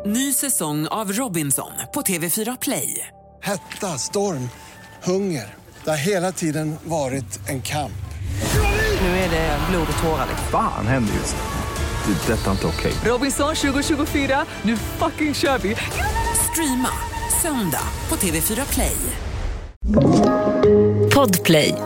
Ny säsong av Robinson på TV4 Play. Hetta, storm, hunger. Det har hela tiden varit en kamp. Nu är det blod och tårar. Fan händer just nu. Det. Detta är inte okej. Robinson 2024, nu fucking kör vi. Streama söndag på TV4 Play. Podplay.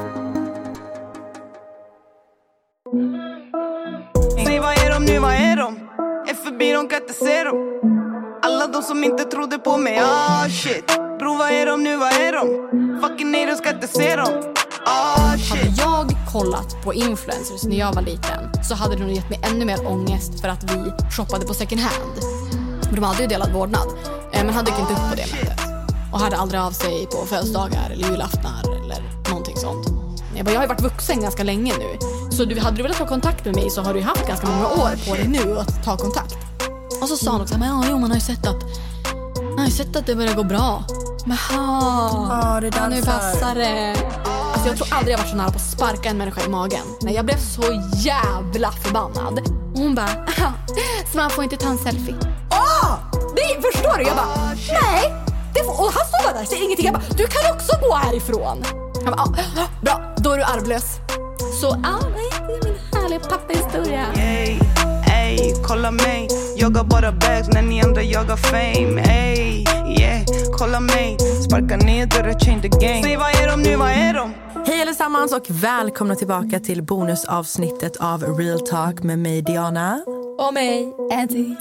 Nej, vad är de nu, vad är de? Är förbi, de kan inte se dem. Alla de som inte trodde på mig, shit. Bro, vad är de nu, vad är de? Fucking nej, de ska inte se dem. Shit. Hade jag kollat på influencers när jag var liten så hade det nog gett mig ännu mer ångest för att vi shoppade på second hand. De hade ju delad vårdnad, men hade inte upp på det mötet. Och hade aldrig av sig på födelsedagar eller julaftnar eller någonting sånt. Jag har ju varit vuxen ganska länge nu. Så hade du velat ta kontakt med mig så har du haft ganska många år på dig nu att ta kontakt. Och så sa han också, men man har ju sett att det börjar gå bra. Men nu passar det. Alltså jag tror aldrig jag varit så nära på att sparka en människa i magen. Nej, jag blev så jävla förbannad. Och hon bara, så man får inte ta en selfie. Det förstår du? Jag bara, nej. Och han stod där, säger ingenting. Jag bara, du kan också gå härifrån. Han bara, bra, då är du arvlös. Så, det är min härliga pappahistoria. Ey, kolla mig. Jag har bara bags när ni andra jagar fame. Ey, yeah, kolla mig. Sparka ner dörrar, change the game. Säg, vad är de nu, vad är de? Hej allesammans och välkomna tillbaka till bonusavsnittet av Real Talk med mig Diana. Och mig, Anty.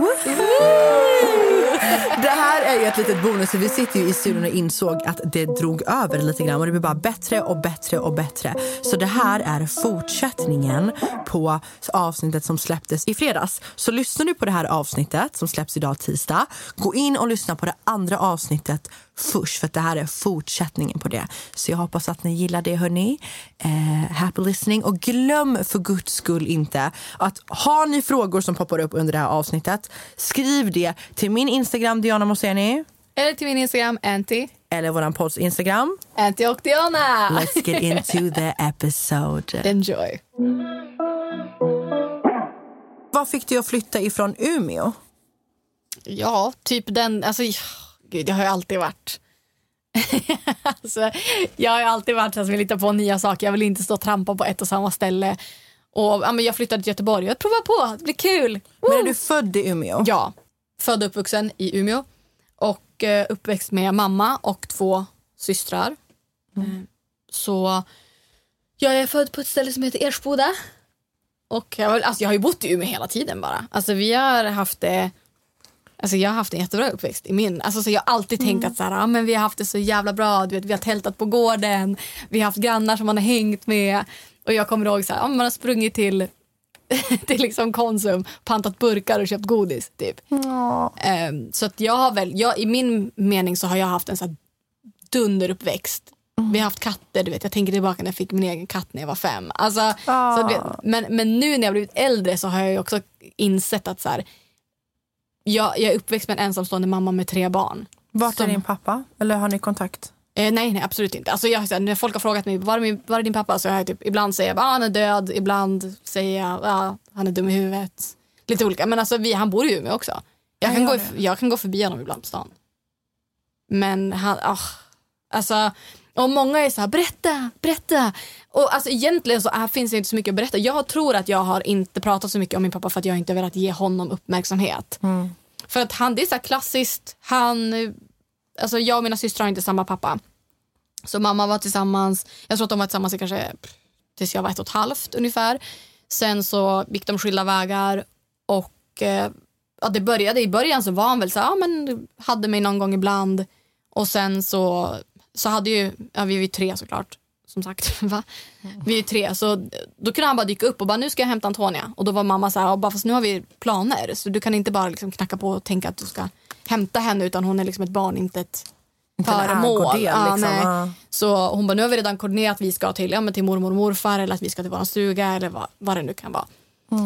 Det här är ju ett litet bonus för vi sitter ju i studion och insåg att det drog över lite grann och det blir bara bättre och bättre och bättre. Så det här är fortsättningen på avsnittet som släpptes i fredags. Så lyssnar du på det här avsnittet som släpps idag tisdag, gå in och lyssna på det andra avsnittet först för att det här är fortsättningen på det. Så jag hoppas att ni gillar det, hörni. Happy listening. Och glöm för guds skull inte att har ni frågor som poppar upp under det här avsnittet, skriv det till min Instagram Diana Moseni. Eller till min Instagram Anty. Eller våran podds Instagram Anty och Diana. Let's get into the episode. Enjoy. Vad fick du att flytta ifrån Umeå? Ja, typ den, alltså gud, jag har ju alltid varit alltså, jag har ju alltid varit så att jag vill hitta på nya saker. Jag vill inte stå och trampa på ett och samma ställe. Och men jag flyttade till Göteborg. Jag provar på, det blir kul. Men är du född i Umeå? Ja, född och uppvuxen i Umeå. Och uppväxt med mamma och 2 systrar. Så jag är född på ett ställe som heter Ersboda. Och jag har ju bott i Umeå hela tiden bara. Alltså vi har haft det. Alltså jag har haft en jättebra uppväxt i min. Alltså så jag har alltid tänkt att så här, men vi har haft det så jävla bra. Du vet, vi har tältat på gården. Vi har haft grannar som man har hängt med. Och jag kommer ihåg så här, man har sprungit till liksom Konsum, pantat burkar och köpt godis typ. Så att jag har väl, i min mening så har jag haft en så här dunderuppväxt. Vi har haft katter, du vet. Jag tänker tillbaka när jag fick min egen katt när jag var 5. Alltså, så, men nu när jag blivit äldre så har jag ju också insett att så här, jag är uppväxt med en ensamstående mamma med 3 barn. Vart är din pappa? Eller har ni kontakt? Nej, absolut inte. Alltså när folk har frågat mig, var är din pappa? Så jag typ, ibland säger jag, han är död. Ibland säger jag, han är dum i huvudet. Lite olika. Men alltså, han bor i Umeå också. Jag kan gå förbi honom ibland på stan. Men han, alltså, och många är så här, berätta. Och alltså egentligen så finns det inte så mycket att berätta. Jag tror att jag har inte pratat så mycket om min pappa för att jag inte velat ge honom uppmärksamhet. För att det är så här klassiskt, alltså jag och mina systrar har inte samma pappa. Så mamma var tillsammans, jag tror att de var tillsammans kanske tills jag var 1,5 ungefär. Sen så gick de skilda vägar och det började i början så var han väl så här, men hade mig någon gång ibland. Och sen så hade ju, vi är 3 såklart, som sagt, va? Vi är 3, så då kunde han bara dyka upp och bara, nu ska jag hämta Antonia. Och då var mamma så här, bara fast nu har vi planer, så du kan inte bara liksom knacka på och tänka att du ska hämta henne, utan hon är liksom ett barn, inte ett föremål. Liksom. Så hon bara, nu har vi redan koordinerat att vi ska till mormor och morfar, eller att vi ska till vår stuga, eller vad det nu kan vara.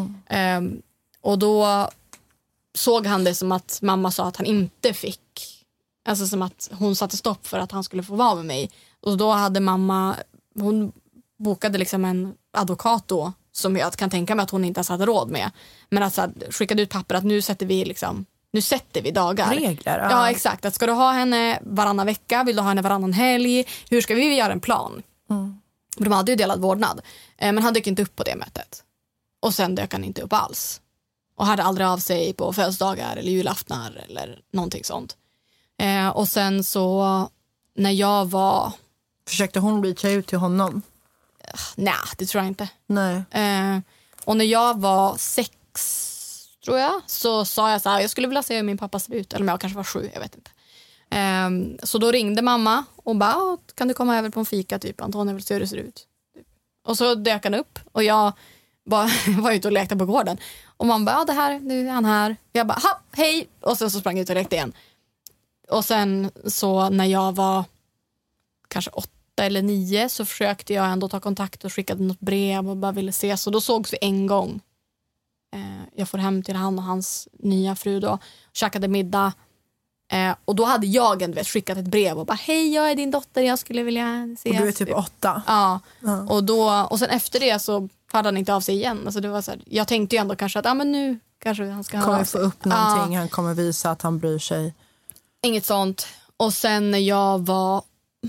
Och då såg han det som att mamma sa att han inte fick, alltså som att hon satte stopp för att han skulle få vara med mig. Och då hade mamma, hon bokade liksom en advokat då, som jag kan tänka mig att hon inte ens hade råd med. Men alltså skickade ut papper att nu sätter vi liksom Nu sätter vi dagar. Regler. Ja, exakt. Att ska du ha henne varannan vecka? Vill du ha henne varannan helg? Hur ska vi göra en plan? De hade ju delad vårdnad. Men han dök inte upp på det mötet. Och sen dök han inte upp alls. Och hade aldrig av sig på födelsedagar eller julaftnar eller någonting sånt. Och sen så när jag var... Försökte hon reacha ut till honom? Nej, det tror jag inte. Nej. Och när jag var 6, tror jag, så sa jag så här, jag skulle vilja se hur min pappa ser ut. Eller om jag kanske var 7, jag vet inte. Så då ringde mamma och bara, kan du komma över på en fika typ? Antonija vill se hur det ser ut. Och så dök han upp och jag var ute och lekte på gården. Och man bara, det här, nu är han här. Jag bara, hej! Och sen så sprang jag ut och lekte igen. Och sen så när jag var kanske 8 eller 9 så försökte jag ändå ta kontakt och skickade något brev och bara ville ses. Så då sågs vi en gång. Jag får hem till han och hans nya fru då. Käkade middag. Och då hade jag skickat ett brev och bara, hej, jag är din dotter, jag skulle vilja ses. Och du är typ 8? Ja. Och sen efter det så hade han inte av sig igen. Alltså det var så här, jag tänkte ju ändå kanske att men nu kanske han ska kommer få upp någonting, han kommer visa att han bryr sig. Inget sånt. Och sen när jag var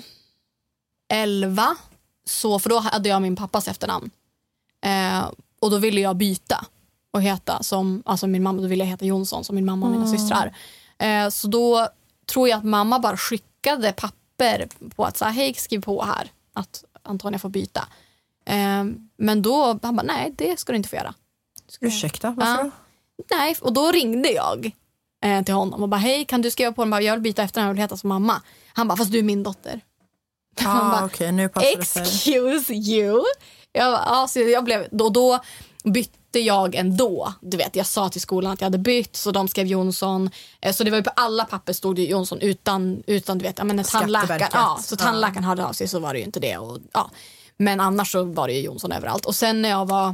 11 så, för då hade jag min pappas efternamn. Och då ville jag byta och heta som, alltså min mamma, då ville jag heta Jonsson som min mamma och mina systrar. Så då tror jag att mamma bara skickade papper på att säga, hej, skriv på här att Antonija får byta. Men då han bara, nej, det ska du inte få göra. Ursäkta, varför då? Nej, och då ringde jag till honom och bara, hej, kan du skriva på den? Jag vill byta efter, jag vill heta som mamma. Han bara, fast du är min dotter. Okej, nu passar det sig. Excuse you. Jag blev, då bytte jag ändå. Du vet, jag sa till skolan att jag hade bytt, så de skrev Jonsson. Så det var ju på alla papper stod det Jonsson utan du vet, jag menar tandläkaren. Ja, så tandläkaren hade av sig, så var det ju inte det. Och, ja. Men annars så var det ju Jonsson överallt. Och sen när jag var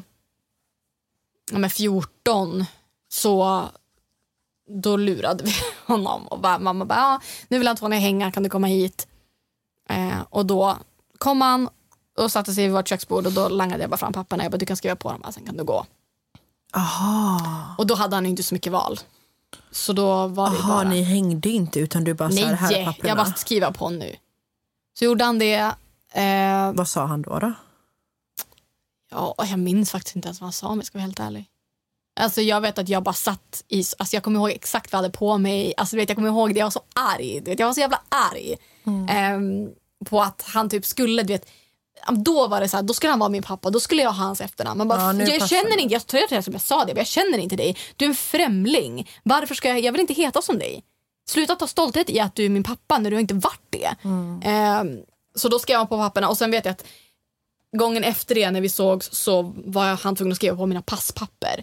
14 så då lurade vi honom och mamma bara, nu vill Antonija hänga, kan du komma hit? Och då kom han och satte sig vid vårt köksbord och då langade jag bara fram papperna. Jag bara, du kan skriva på dem, sen kan du gå. Aha. Och då hade han inte så mycket val. Så då var det bara... ni hängde inte utan du bara så här papperna. Nej, jag bara skriva på nu. Så gjorde han det. Vad sa han då? Ja, jag minns faktiskt inte ens vad han sa, om jag ska vara helt ärlig. Alltså jag vet att jag bara satt i... Alltså jag kommer ihåg exakt vad jag hade på mig. Alltså du vet, jag kommer ihåg det, jag var så arg. Du vet, jag var så jävla arg. På att han typ skulle, du vet... Då var det så här, då skulle han vara min pappa, då skulle jag ha hans efternamn. Man bara, jag känner inte, jag tror att jag sa det, men jag känner inte dig. Du är en främling. Varför ska jag vill inte heta som dig. Sluta ta stolthet i att du är min pappa när du inte varit det. Så då skrev han på papperna. Och sen vet jag att gången efter det när vi sågs så var han tvungen att skriva på mina passpapper.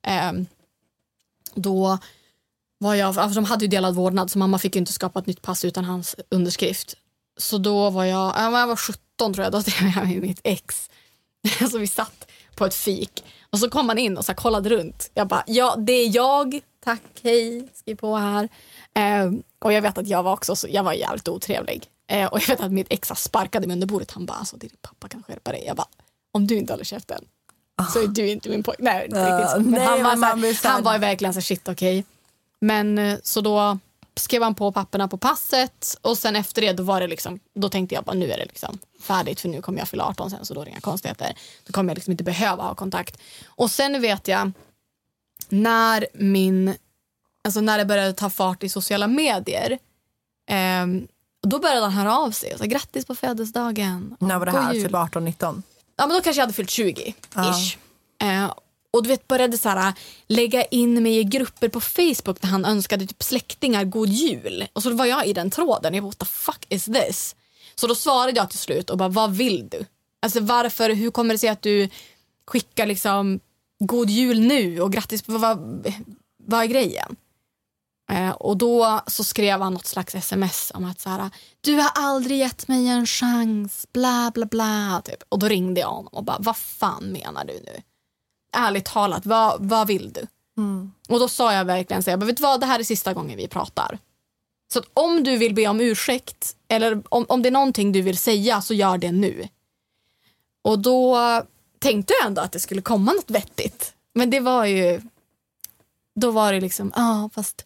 Då var jag, alltså de hade ju delad vårdnad, så mamma fick ju inte skapa ett nytt pass utan hans underskrift. Så då var jag var 17 tror jag, då skrev jag med mitt ex. Så vi satt på ett fik och så kom han in och så kollade runt. Jag bara, ja, det är jag, tack, hej, skriv på här. Och jag vet att jag var jävligt otrevlig. Och jag vet att mitt ex sparkade mig under bordet. Han bara, alltså din pappa kan skärpa dig. Jag bara, om du inte håller käften så är du inte min pojk. Nej, inte riktigt så. Men han var verkligen så shit, okej. Men så då skrev han på papperna på passet. Och sen efter det, då var det liksom, då tänkte jag bara, nu är det liksom färdigt, för nu kommer jag fylla 18 sen, så då är det inga konstigheter. Då kommer jag liksom inte behöva ha kontakt. Och sen vet jag, när det började ta fart i sociala medier, då började han höra av sig och så, grattis på födelsedagen. När var det här? Typ 18-19? Ja, men då kanske jag hade fyllt 20-ish. Och du vet, började så här, lägga in mig i grupper på Facebook där han önskade typ släktingar god jul. Och så var jag i den tråden. Jag bara, what the fuck is this? Så då svarade jag till slut och bara, vad vill du? Alltså varför, hur kommer det sig att du skickar liksom god jul nu och grattis på vad är grejen? Och då så skrev han något slags sms om att så här, du har aldrig gett mig en chans, bla bla bla typ. Och då ringde jag honom och bara, vad fan menar du nu? Ärligt talat, vad vill du? Och då sa jag verkligen så, vet du vad, det här är sista gången vi pratar. Så att om du vill be om ursäkt, eller om det är någonting du vill säga, så gör det nu. Och då tänkte jag ändå att det skulle komma något vettigt. Men det var ju, då var det liksom, fast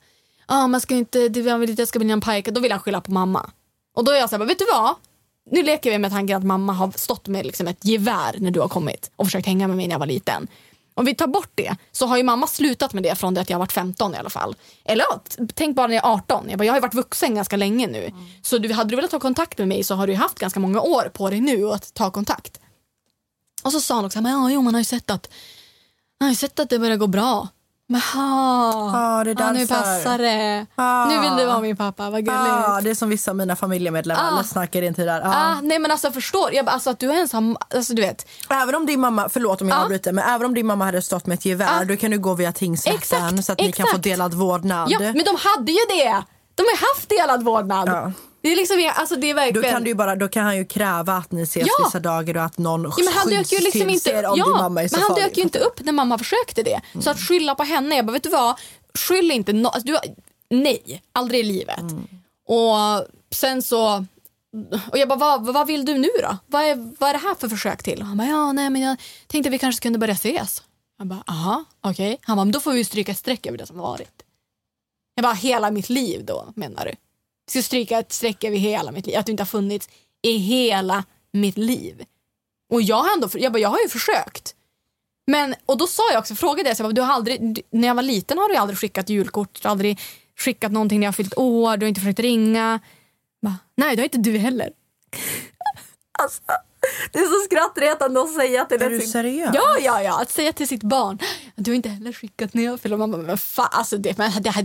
man ska inte, jag vill inte jag ska bli en pajka. Då vill han skylla på mamma. Och då är jag så här, vet du vad? Nu leker vi med tanken att mamma har stått med liksom ett gevär när du har kommit och försökt hänga med mig när jag var liten. Om vi tar bort det så har ju mamma slutat med det från det att jag har varit 15 i alla fall. Eller tänk bara när jag är 18. Jag har ju varit vuxen ganska länge nu. Så hade du velat ta kontakt med mig så har du haft ganska många år på dig nu att ta kontakt. Och så sa han också, man har ju sett att det börjar gå bra. Men nu passar det. Nu vill du vara min pappa, vad gulligt. Det är som vissa av mina familjemedlemmar snackar in till där. Nej men alltså förstår jag, alltså att du är ensam, alltså du vet. Även om din mamma, förlåt om jag avbryter, men även om din mamma hade stått med ett gevär, då kan du gå via tingsrätten så att ni kan få delad vårdnad. Ja, men de hade ju det. De har haft delad vårdnad. Ja. Det är liksom, alltså det är verkligen... Då kan han ju kräva att ni ses vissa dagar och att någon skyddstillser om din mamma är så farlig. Men han dök ju inte upp när mamma försökte det. Så att skylla på henne, jag bara, vet du vad? Skyll inte, nej, aldrig i livet. Och sen så... Och jag bara, vad vill du nu då? Vad är det här för försök till? Och han bara, men jag tänkte att vi kanske kunde börja ses. Jag bara, aha, okej. Han bara, men då får vi ju stryka ett streck över det som har varit. Jag bara, hela mitt liv då, menar du? Jag ska stryka ett streck över hela mitt liv. Att du inte har funnits i hela mitt liv. Och jag har ju försökt. Men, och då sa jag också, frågade jag, du har aldrig, när jag var liten har du aldrig skickat julkort, du har aldrig skickat någonting när jag har fyllt år, du har inte försökt ringa. Nej, det har inte du heller. Alltså, det är så skrattretande att säga till är du seriös? Ja, att säga till sitt barn, du har inte heller skickat när jag fyller. Mamma, men fan, alltså det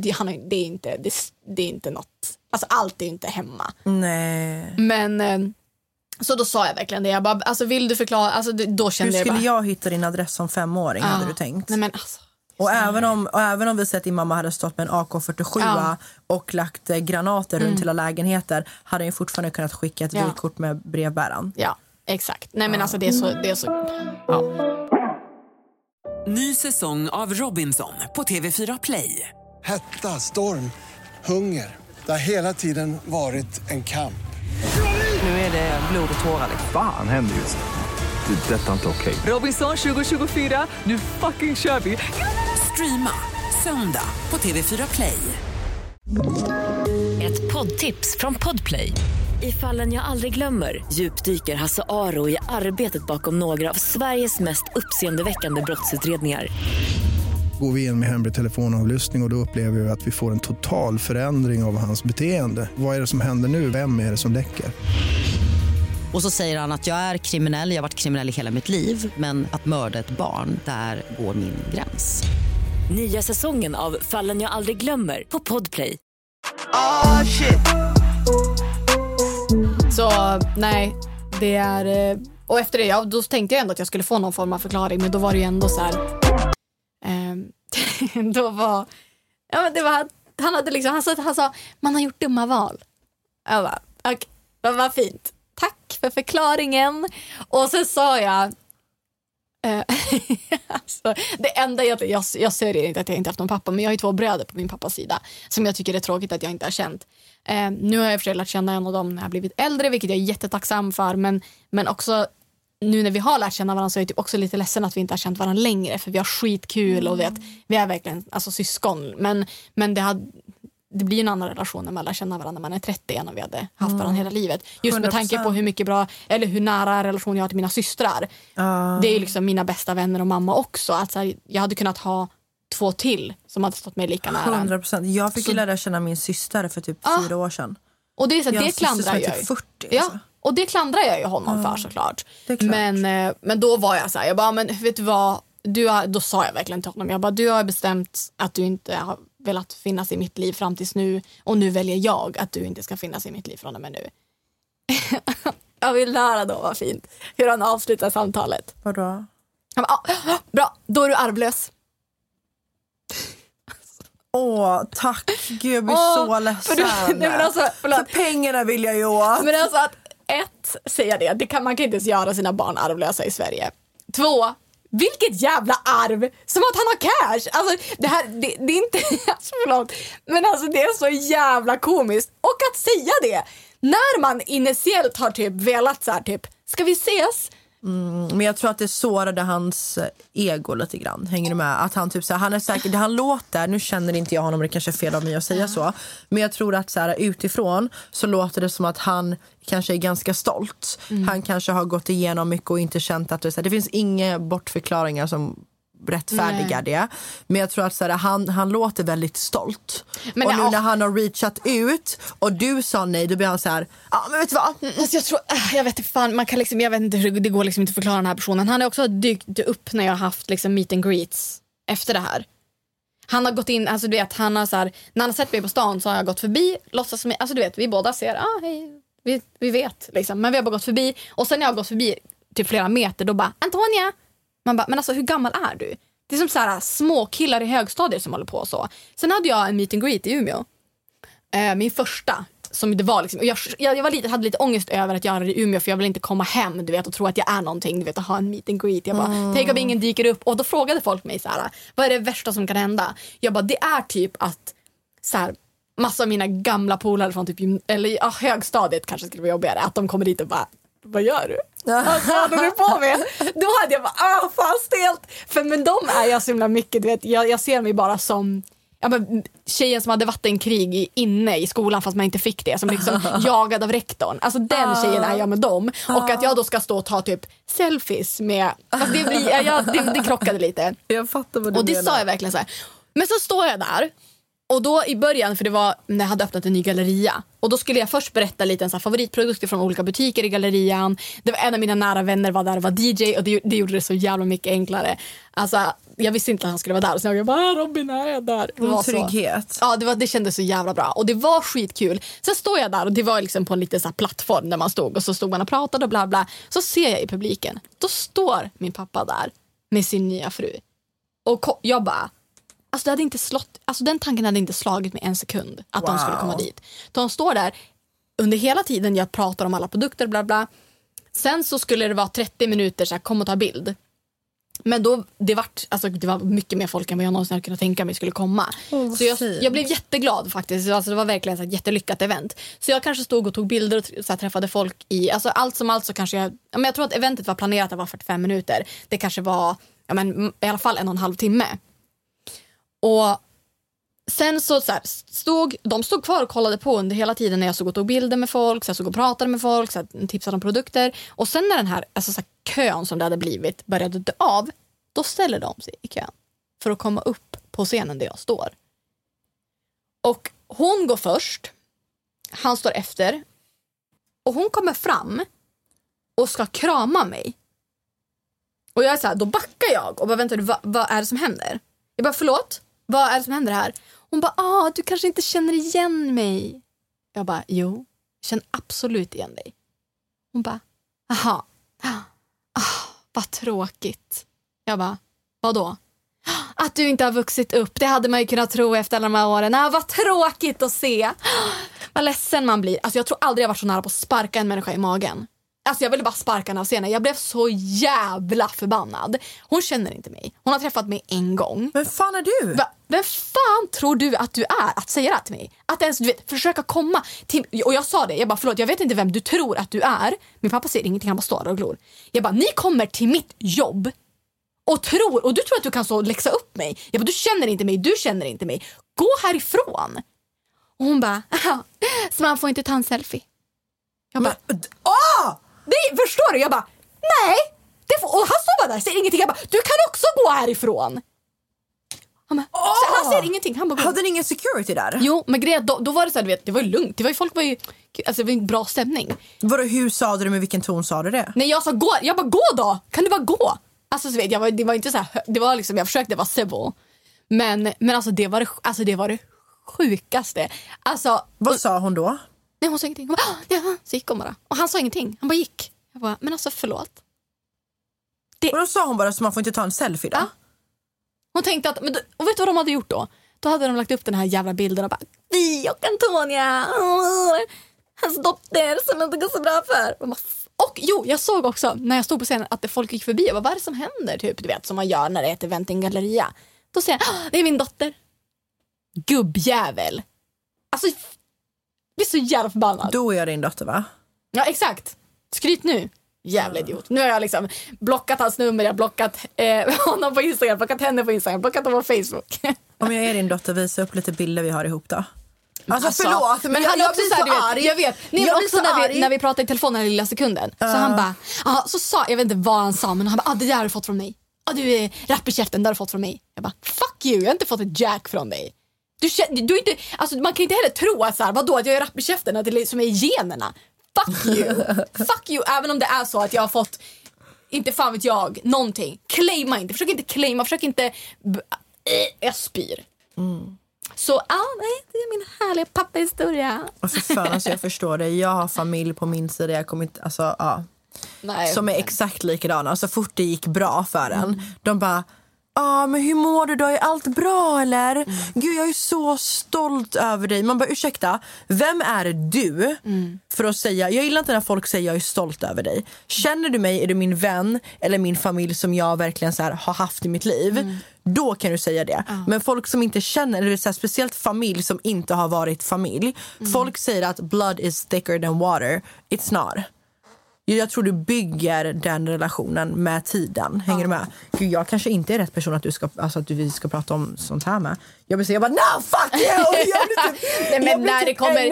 är inte något, alltså allt är inte hemma. Nej. Men så då sa jag verkligen det. Jag bara, alltså vill du förklara, alltså då kände jag bara... Hur skulle jag hitta din adress som 5-åring, hade du tänkt? Nej men alltså... Och även om vi sett att din mamma hade stått med en AK47 och lagt granater runt hela lägenheter, hade jag fortfarande kunnat skicka ett vykort med brevbäraren. Ja, exakt. Nej men alltså det är så Ny säsong av Robinson på TV4 Play. Hetta, storm, hunger. Det har hela tiden varit en kamp. Nu är det blod och tårar. Fan händer just det. Det är detta inte okej. Robinson 2024, nu fucking kör vi. Streama söndag på TV4 Play. Ett poddtips från Podplay. I Fallen jag aldrig glömmer djupdyker Hasse Aro i arbetet bakom några av Sveriges mest uppseendeväckande brottsutredningar. Går vi in med hemlig telefonavlyssning och då upplever vi att vi får en total förändring av hans beteende. Vad är det som händer nu? Vem är det som läcker? Och så säger han att jag är kriminell, jag har varit kriminell i hela mitt liv. Men att mörda ett barn, där går min gräns. Nya säsongen av Fallen jag aldrig glömmer på Podplay. Shit. Så nej, det är... Och efter det, då tänkte jag ändå att jag skulle få någon form av förklaring. Men då var det ju ändå så här... då var... Ja, men det var... Han hade liksom... Han sa, man har gjort dumma val. Jag bara, okej, vad fint. Tack för förklaringen. Och så sa jag... alltså, det enda jag sörjer inte att jag inte haft någon pappa, men jag har ju 2 bröder på min pappas sida som jag tycker är tråkigt att jag inte har känt. Nu har jag för sig lärt känna en av dem när jag har blivit äldre, vilket jag är jättetacksam för, men också nu när vi har lärt känna varandra så är jag typ också lite ledsen att vi inte har känt varandra längre, för vi har skitkul och vi är verkligen alltså syskon, men det blir en annan relation när man lär känna varandra när man är 30 än om vi hade haft varandra hela livet. Just 100%. Med tanke på hur nära relation jag har till mina systrar. Det är ju liksom mina bästa vänner och mamma också. Att så här, jag hade kunnat ha 2 till som hade stått mig lika nära. 100%. Jag fick lära känna min syster för typ 4 år sedan. Och det är så det klandrar jag typ 40. Ja. Och det klandrar jag ju honom för såklart. Men då var jag så här, jag bara, men vet du vad, då sa jag verkligen till honom, jag bara, du har bestämt att du inte har velat finnas i mitt liv fram tills nu, och nu väljer jag att du inte ska finnas i mitt liv från och med nu. Jag vill höra då, vad fint, hur han avslutar samtalet. Vadå? Han bara, bra, då är du arvlös. Tack, gud, jag blir så ledsen. För pengarna vill jag ju åt. Men alltså att säga det man kan inte ens göra sina barn arvlösa i Sverige. 2, vilket jävla arv, som att han har cash. Alltså det är inte alltså, förlåt, men alltså det är så jävla komiskt. Och att säga det när man initiellt har typ velat så här, typ, ska vi ses? Men jag tror att det sårade hans ego lite grann. Hänger du med? Att han typ så här, han är säkert, det han låter, nu känner inte jag honom, det kanske är fel av mig att säga så. Men jag tror att så här, utifrån så låter det som att han kanske är ganska stolt. Han kanske har gått igenom mycket och inte känt att det finns inga bortförklaringar som rättfärdiga det. Men jag tror att så här, han låter väldigt stolt. Men och nu när han har reachat ut och du sa nej, då blir han så här, ja men vet du vad? Alltså jag vet inte fan, man kan liksom, jag vet inte hur det går liksom inte att förklara den här personen. Han har också dykt upp när jag har haft liksom meet and greets efter det här. Han har gått in, alltså du vet, han har så här, när han har sett mig på stan så har jag gått förbi, låtsas som, alltså du vet, vi båda ser, hej, vi vet liksom, men vi har bara gått förbi och sen när jag har gått förbi typ flera meter, då bara, Antonia. Man bara, men alltså hur gammal är du? Det är som så här små killar i högstadiet som håller på så. Sen hade jag en meet and greet i Umeå. Min första. Som det var liksom, och jag var hade lite ångest över att göra det i Umeå. För jag vill inte komma hem, du vet, och tro att jag är någonting. Du vet, att ha en meet and greet. Jag bara, tänk om ingen dyker upp. Och då frågade folk mig så här, vad är det värsta som kan hända? Jag bara, det är typ att så här, massa av mina gamla polare från typ, eller högstadiet kanske skulle vara jobbigare. Att de kommer dit och bara, vad gör du? Vad håller du på med? Då hade jag bara, fan stelt. För med dem är jag så himla mycket, du vet, jag ser mig bara som tjejen som hade vattenkrig inne i skolan fast man inte fick det, som liksom jagad av rektorn. Alltså den tjejen är jag med dem. Och att jag då ska stå och ta typ selfies med, alltså det krockade lite. Jag fattar vad du och det menar. Sa jag verkligen så här. Men så står jag där. Och då i början, för det var när jag hade öppnat en ny galleria. Och då skulle jag först berätta lite en så här favoritprodukter från olika butiker i gallerian. Det var en av mina nära vänner var där och var DJ. Och det gjorde det så jävla mycket enklare. Alltså, jag visste inte att han skulle vara där. Så jag bara, Robin är jag där. Det var trygghet. Så, det kändes så jävla bra. Och det var skitkul. Sen står jag där och det var liksom på en liten så här plattform där man stod. Och så stod man och pratade och bla bla. Så ser jag i publiken. Då står min pappa där med sin nya fru. Och jag bara... Alltså, det hade inte den tanken hade inte slagit mig en sekund att de skulle komma dit. De står där under hela tiden jag pratar om alla produkter bla bla. Sen så skulle det vara 30 minuter så här, kom och ta bild. Men då det var mycket mer folk än vad jag någonsin hade kunnat tänka mig skulle komma. Så jag blev jätteglad faktiskt. Alltså, det var verkligen ett jättelyckat event. Så jag kanske stod och tog bilder och så här, träffade folk i, alltså allt som allt så kanske jag tror att eventet var planerat att vara 45 minuter. Det kanske var i alla fall 1,5 timme. Och sen så här, de stod kvar och kollade på under hela tiden när jag såg och tog bilder med folk, så jag såg och pratade med folk, så här, tipsade om produkter. Och sen när den här, alltså, så här, kön som det hade blivit började dö av, då ställer de sig i kön för att komma upp på scenen där jag står. Och hon går först, han står efter, och hon kommer fram och ska krama mig. Och jag är så här, då backar jag och bara, vänta, vad är det som händer? Jag bara, förlåt? Vad är det som händer här? Hon bara, du kanske inte känner igen mig. Jag bara, jo, jag känner absolut igen dig. Hon bara, aha. Vad tråkigt. Jag bara, vadå? Att du inte har vuxit upp, det hade man ju kunnat tro efter alla de här åren. Vad tråkigt att se. Vad ledsen man blir. Alltså jag tror aldrig jag varit så nära på att sparka en människa i magen. Alltså jag ville bara sparka henne av scenen. Jag blev så jävla förbannad. Hon känner inte mig. Hon har träffat mig en gång. Vem fan är du? Vem fan tror du att du är att säga det till mig? Att ens du vet, försöka komma till... Och jag sa det, jag bara, förlåt, jag vet inte vem du tror att du är. Min pappa säger ingenting, han bara står och glor. Jag bara, ni kommer till mitt jobb och du tror att du kan så läxa upp mig. Jag bara, du känner inte mig. Gå härifrån. Och hon bara, så man får inte ta en selfie. Jag bara, det förstår du? Jag bara, nej. Och han står bara där, säger ingenting. Jag bara, du kan också gå härifrån. Han bara, han säger ingenting. Han bara, hade ni ingen security där? Jo, men grejen, då var det så här, du vet, det var ju lugnt. Folk var ju, alltså det var en bra stämning. Hur sa du det, med vilken ton sa du det? Nej, jag sa gå. Jag bara, gå då. Kan du bara gå? Alltså så vet jag, det var inte så här, det var liksom, jag försökte vara civil. Men alltså det var det sjukaste. Alltså, vad sa hon då? Nej, hon sa ingenting. Hon bara, så gick hon bara. Och han sa ingenting. Han bara gick. Jag bara, men alltså förlåt. Och då sa hon bara, så man får inte ta en selfie då? Ja. Hon tänkte att, och vet du vad de hade gjort då? Då hade de lagt upp den här jävla bilden och bara, vi och Antonia, hans dotter som inte går så bra för. Och jo, jag såg också när jag stod på scenen att folk gick förbi och bara, vad är det som händer? Typ, du vet, som man gör när det är ett event i en galleria. Då säger jag, det är min dotter. Gubbjävel. Alltså, jag blir så jävla förbannad. Då är jag din dotter, va? Ja, exakt. Skryt nu. Jävla idiot. Nu har jag liksom blockat hans nummer, jag har blockat honom på Instagram, blockat henne på Instagram, blockat honom på Facebook. Om jag är din dotter, visa upp lite bilder vi har ihop då. Alltså förlåt, men han är också så här, jag vet. Jag också när vi pratade i telefon den lilla sekunden. Så han bara, så sa, jag vet inte vad han sa, men han bara, det där har du fått från mig. Du är rapp i käften, det har du fått från mig. Jag bara, fuck you, jag har inte fått ett jack från dig. Du inte, alltså man kan inte heller tro att så här, vadå, att jag är rapp i käften, att det liksom är generna. Fuck you. Fuck you, även om det är så att jag har fått, inte fan vet jag, någonting. Claima inte, försök inte claima, försök inte jag spyr. Så nej, det är min härliga pappahistoria. Och för fan, alltså jag förstår det. Jag har familj på min sida, jag kommer inte, alltså nej, som är exakt likadana. Så fort det gick bra för en, de bara, men hur mår du då? Är allt bra eller? Gud, jag är så stolt över dig. Man bara, ursäkta, vem är du för att säga, jag gillar inte när folk säger jag är stolt över dig. Känner du mig, är du min vän eller min familj som jag verkligen så här har haft i mitt liv, då kan du säga det. Men folk som inte känner, eller så här, speciellt familj som inte har varit familj, folk säger att blood is thicker than water. It's not. Jag tror du bygger den relationen med tiden. Hänger du med? Gud, jag kanske inte är rätt person att vi ska prata om sånt här med. Jag vill säga, no fuck you! Men när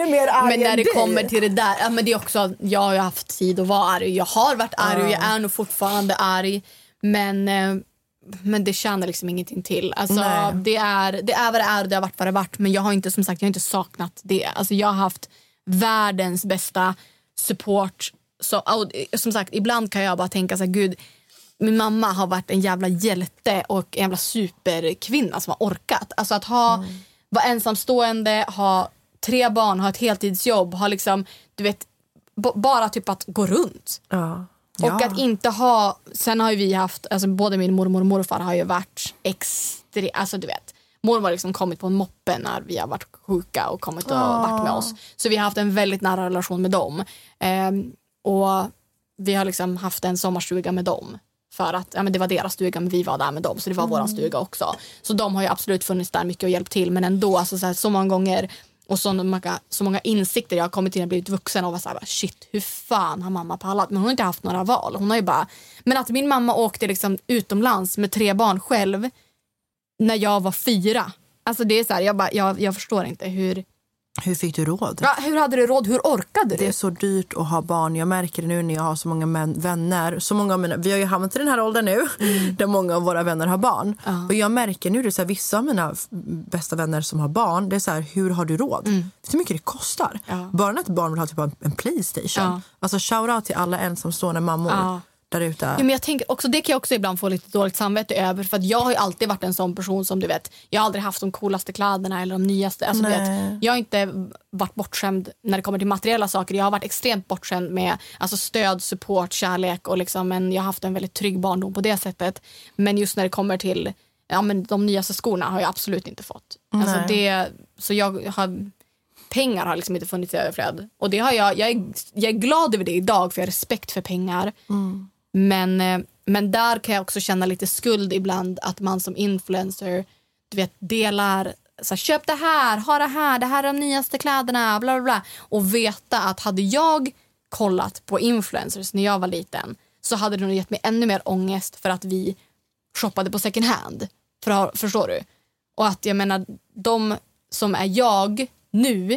det kommer till det där, men det är också, jag har ju haft tid att vara arg. Jag har varit arg och jag är nog fortfarande arg. Men det känner liksom ingenting till. Alltså, det är vad det är och det har varit vad det har varit. Men jag har inte, som sagt, jag har inte saknat det. Alltså, jag har haft världens bästa support. Så, som sagt, ibland kan jag bara tänka så här, gud, min mamma har varit en jävla hjälte och en jävla superkvinna som har orkat. Alltså att vara ensamstående, ha 3 barn, ha ett heltidsjobb, ha liksom, du vet, bara typ att gå runt. Och att inte ha, sen har ju vi haft, alltså både min mormor och morfar har ju varit alltså du vet, mormor har liksom kommit på en moppe när vi har varit sjuka och kommit och varit med oss. Så vi har haft en väldigt nära relation med dem. Och vi har liksom haft en sommarstuga med dem. För att det var deras stuga, men vi var där med dem. Så det var våran stuga också. Så de har ju absolut funnits där mycket och hjälpt till. Men ändå, alltså, så många gånger och så många insikter jag har kommit till när jag blivit vuxen och var såhär, shit, hur fan har mamma pallat? Men hon har inte haft några val. Hon har ju bara, men att min mamma åkte liksom utomlands med 3 barn själv när jag var 4. Alltså det är så här, jag förstår inte hur fick du råd? Ja, hur hade du råd? Hur orkade du? Det är så dyrt att ha barn. Jag märker det nu när jag har så många vänner. Så många av vi har ju hamnat i den här åldern nu där många av våra vänner har barn. Och jag märker nu, det är så här, vissa av mina bästa vänner som har barn, det är så här, hur har du råd? Hur mycket det kostar? Bara när ett barn vill ha typ en PlayStation. Alltså shoutout till alla ensamstående mammor. Där ute. Ja, men jag tänker också, det kan jag också ibland få lite dåligt samvete över, för att jag har ju alltid varit en sån person som du vet, jag har aldrig haft de coolaste kläderna eller de nyaste, alltså, du vet, jag har inte varit bortskämd när det kommer till materiella saker. Jag har varit extremt bortskämd med alltså, stöd, support, kärlek och liksom, men jag har haft en väldigt trygg barndom på det sättet. Men just när det kommer till de nyaste skorna har jag absolut inte fått. Alltså, så pengar har liksom inte funnits i överflöd. Och det har jag är glad över det idag, för jag har respekt för pengar. Men där kan jag också känna lite skuld ibland, att man som influencer, du vet, delar så här, köp det här, ha det här är de nyaste kläderna, bla bla bla, och veta att hade jag kollat på influencers när jag var liten, så hade det nog gett mig ännu mer ångest för att vi shoppade på second hand. Förstår du? Och att jag menar, de som är jag nu,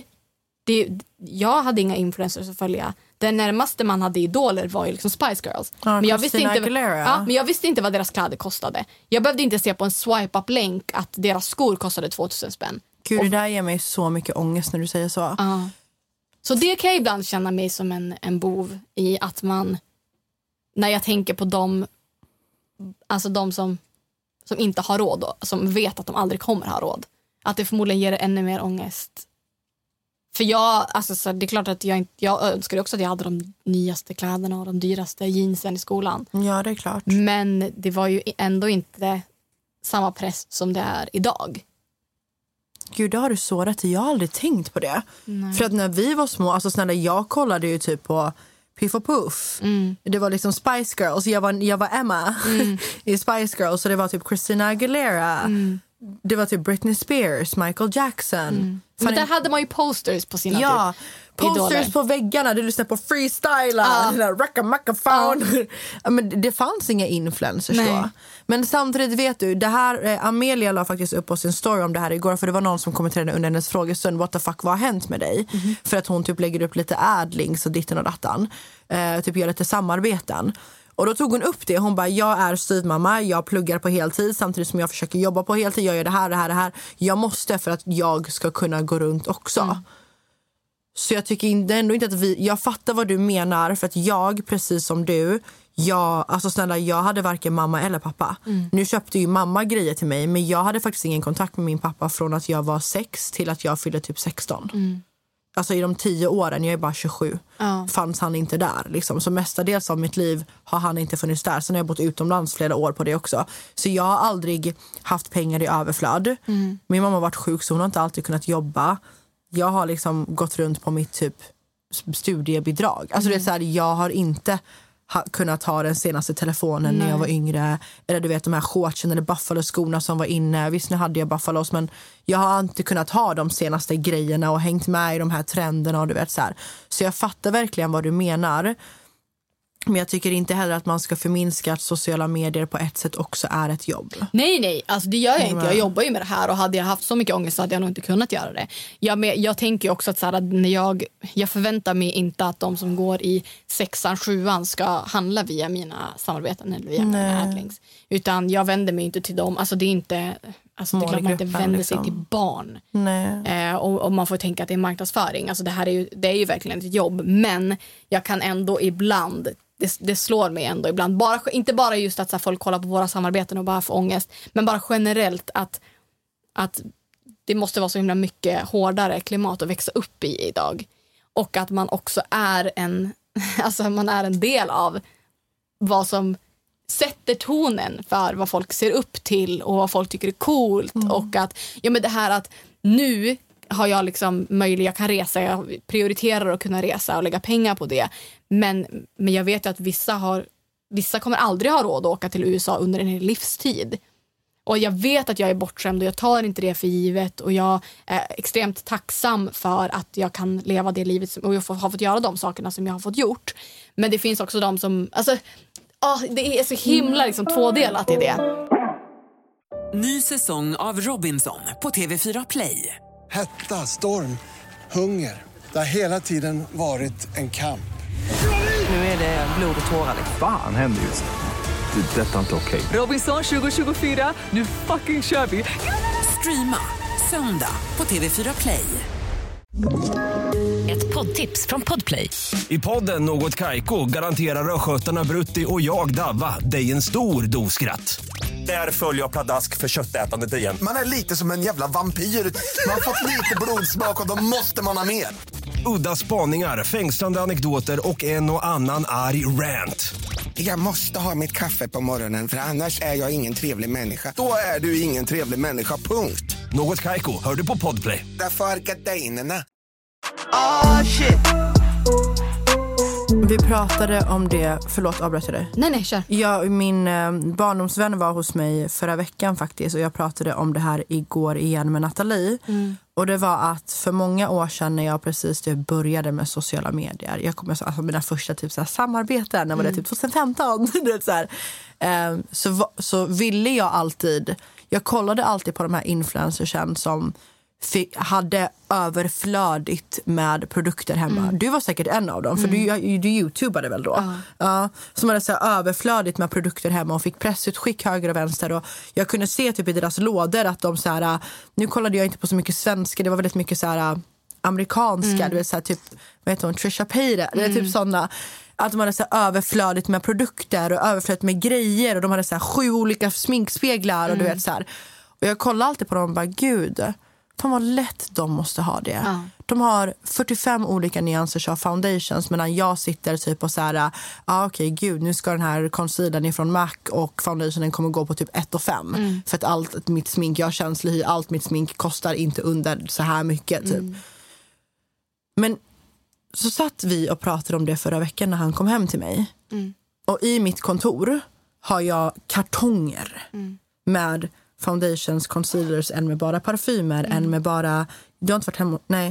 jag hade inga influencers att följa. Den närmaste man hade idoler var ju liksom Spice Girls. Men jag visste inte vad deras kläder kostade. Jag behövde inte se på en swipe-up-länk att deras skor kostade 2000 spänn. Gud, det där ger mig så mycket ångest när du säger så. Så det kan jag ibland känna mig som en bov i, att man, när jag tänker på dem, alltså de som inte har råd och som vet att de aldrig kommer ha råd, att det förmodligen ger ännu mer ångest. För så det är klart att jag önskar också att jag hade de nyaste kläderna och de dyraste jeansen i skolan. Ja, det är klart. Men det var ju ändå inte samma press som det är idag. Gud, det har du så rätt i. Jag har aldrig tänkt på det. Nej. För att när vi var små, alltså snälla, jag kollade ju typ på Piff och Puff. Det var liksom Spice Girls. Jag var Emma i Spice Girls. Och det var typ Christina Aguilera. Det var typ Britney Spears, Michael Jackson. Men där hade man ju posters på sina typ. posters på väggarna, du lyssnar på freestyler, racka found. Men det fanns inga influencers då. Men samtidigt vet du, det här Amelia la faktiskt upp på sin story om det här igår, för det var någon som kommenterade under hennes frågestund, what the fuck, vad har hänt med dig? För att hon typ lägger upp lite adlinks och ditten och dattan, typ gör lite samarbeten. Och då tog hon upp det. Hon bara, jag är styvmamma, jag pluggar på heltid samtidigt som jag försöker jobba på heltid. Jag gör det här. Jag måste för att jag ska kunna gå runt också. Så jag tycker ändå inte att jag fattar vad du menar, för att jag, precis som du, jag hade varken mamma eller pappa. Nu köpte ju mamma grejer till mig, men jag hade faktiskt ingen kontakt med min pappa från att jag var 6 till att jag fyllde typ 16. Alltså i de 10 åren, jag är bara 27, fanns han inte där. Liksom. Så mestadels av mitt liv har han inte funnits där. Sen har jag bott utomlands flera år på det också. Så jag har aldrig haft pengar i överflöd. Min mamma har varit sjuk, så hon har inte alltid kunnat jobba. Jag har liksom gått runt på mitt typ studiebidrag. Alltså det är så här, jag har inte kunnat ha den senaste telefonen när jag var yngre. Eller du vet, de här shortsen eller Buffalo-skorna som var inne. Visst, nu hade jag Buffalos, men jag har inte kunnat ha de senaste grejerna och hängt med i de här trenderna och du vet så här. Så jag fattar verkligen vad du menar. Men jag tycker inte heller att man ska förminska att sociala medier på ett sätt också är ett jobb. Nej, alltså det gör jag inte. Jag jobbar ju med det här, och hade jag haft så mycket ångest så hade jag nog inte kunnat göra det. Jag tänker också att, så här, när jag förväntar mig inte att de som går i 6:an, 7:an ska handla via mina samarbeten eller via mina adlinks. Utan jag vänder mig inte till dem. Alltså det är inte... Alltså det är klart man inte vänder sig till barn. Och man får tänka att det är marknadsföring. Alltså det är ju verkligen ett jobb. Men jag kan ändå ibland... Det slår mig ändå ibland. Inte bara just att så här, folk kollar på våra samarbeten och bara får ångest. Men bara generellt att det måste vara så himla mycket hårdare klimat att växa upp i idag. Och att man också är man är en del av vad som sätter tonen för vad folk ser upp till och vad folk tycker är coolt. Och att, men det här att nu har jag liksom jag kan resa, jag prioriterar att kunna resa och lägga pengar på det. Men jag vet ju att vissa kommer aldrig ha råd att åka till USA under en hel livstid. Och jag vet att jag är bortskämd och jag tar inte det för givet, och jag är extremt tacksam för att jag kan leva det livet och jag har fått göra de sakerna som jag har fått gjort. Men det finns också de som, det är så himla liksom tvådelat i det. Ny säsong av Robinson på TV4 Play. Hetta, storm, hunger. Det har hela tiden varit en kamp. Nu är det blod och tårar. Fan händer just det. Det är detta inte okej. Robinson 2024, nu fucking kör vi. Streama söndag på TV4 Play. Ett poddtips från Podplay. I podden Något Kaiko garanterar röskötarna Brutti och jag Davva dig en stor doskratt. Där följer jag pladask för köttätandet igen. Man är lite som en jävla vampyr. Man har fått lite blodsmak och då måste man ha mer. Udda spaningar, fängslande anekdoter och en och annan arg rant. Jag måste ha mitt kaffe på morgonen, för annars är jag ingen trevlig människa. Då är du ingen trevlig människa, punkt. Något Kaiko, hör du på Podplay. Därför är gardinerna. Shit. Vi pratade om det, förlåt avbröt jag dig. Nej, kör. Min barndomsvän var hos mig förra veckan faktiskt, och jag pratade om det här igår igen med Nathalie. Och det var att för många år sedan när jag precis började med sociala medier, jag kommer alltså mina första typ så här samarbeten, när var det typ 2015 så här, så ville jag alltid, jag kollade alltid på de här influencersen som hade överflödigt med produkter hemma. Du var säkert en av dem, för du youtubade väl då. Som hade så här överflödigt med produkter hemma och fick pressutskick höger och vänster, och jag kunde se typ i deras lådor att de så här, nu kollade jag inte på så mycket svenska, det var väldigt mycket så här amerikanska, du vet så här, typ vad heter hon, Trisha Paytas, det är typ såna, att de hade så här överflödigt med produkter och överflödigt med grejer, och de hade så här 7 olika sminkspeglar och du vet så här. Och jag kollade alltid på dem och bara, gud, fan vad lätt de måste ha det. De har 45 olika nyanser av foundations, medan jag sitter typ och så här, okej, gud, nu ska den här concealern ifrån MAC och foundationen kommer gå på typ 1,5. För att allt mitt smink, jag är känslig, allt mitt smink kostar inte under så här mycket typ. Men så satt vi och pratade om det förra veckan när han kom hem till mig. Och i mitt kontor har jag kartonger med foundations, concealers, en med bara parfymer, en med bara, du har inte varit hemma, nej.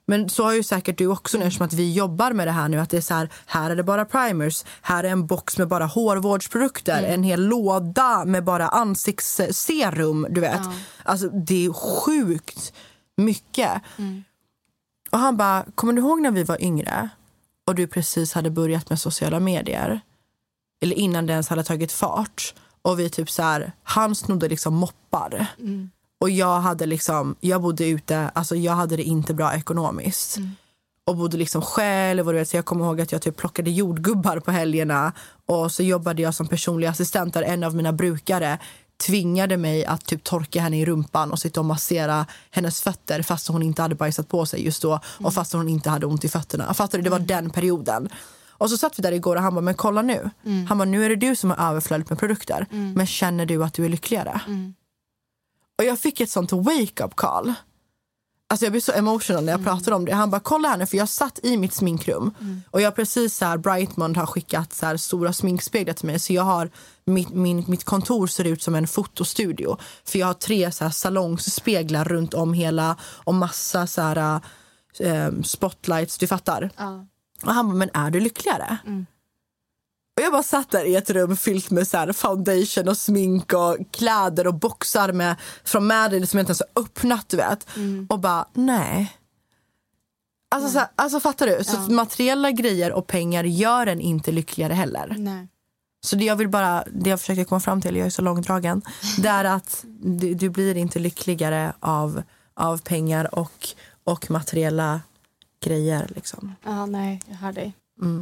Men så har ju säkert du också nu, som att vi jobbar med det här nu, att det är så här är det bara primers, här är en box med bara hårvårdsprodukter, en hel låda med bara ansiktsserum, du vet. Alltså det är sjukt mycket. Och han bara, kommer du ihåg när vi var yngre och du precis hade börjat med sociala medier, eller innan det ens hade tagit fart, och vi typ så här, han snodde liksom moppar. Och jag hade liksom, jag bodde ute, alltså jag hade det inte bra ekonomiskt. Och bodde liksom själv, och du vet, så jag kommer ihåg att jag typ plockade jordgubbar på helgerna. Och så jobbade jag som personlig assistent där en av mina brukare tvingade mig att typ torka henne i rumpan och sitta och massera hennes fötter fast hon inte hade bajsat på sig just då. Och fast hon inte hade ont i fötterna. Fattar du? Det var den perioden. Och så satt vi där igår och han bara, men kolla nu. Han bara, nu är det du som har överflödigt med produkter. Men känner du att du är lyckligare? Och jag fick ett sånt wake-up call. Alltså jag blir så emotional när jag pratar om det. Han bara, kolla här nu, för jag satt i mitt sminkrum. Och jag precis så här, Brightmond har skickat så här stora sminkspeglar till mig. Så jag har, mitt kontor ser ut som en fotostudio. För jag har 3 så här salongsspeglar runt om hela. Och massa så här spotlights, du fattar. Och han bara, men är du lyckligare? Och jag bara satt där i ett rum fyllt med så här foundation och smink och kläder och boxar med, från Madrid som jag inte ens har öppnat, du vet. Och bara, nej. Alltså, så här, alltså fattar du? Så materiella grejer och pengar gör en inte lyckligare heller. Nej. Så det jag försöker komma fram till, jag är så långdragen, det är att du blir inte lyckligare av pengar och materiella grejer liksom. Ja, nej, jag hör dig.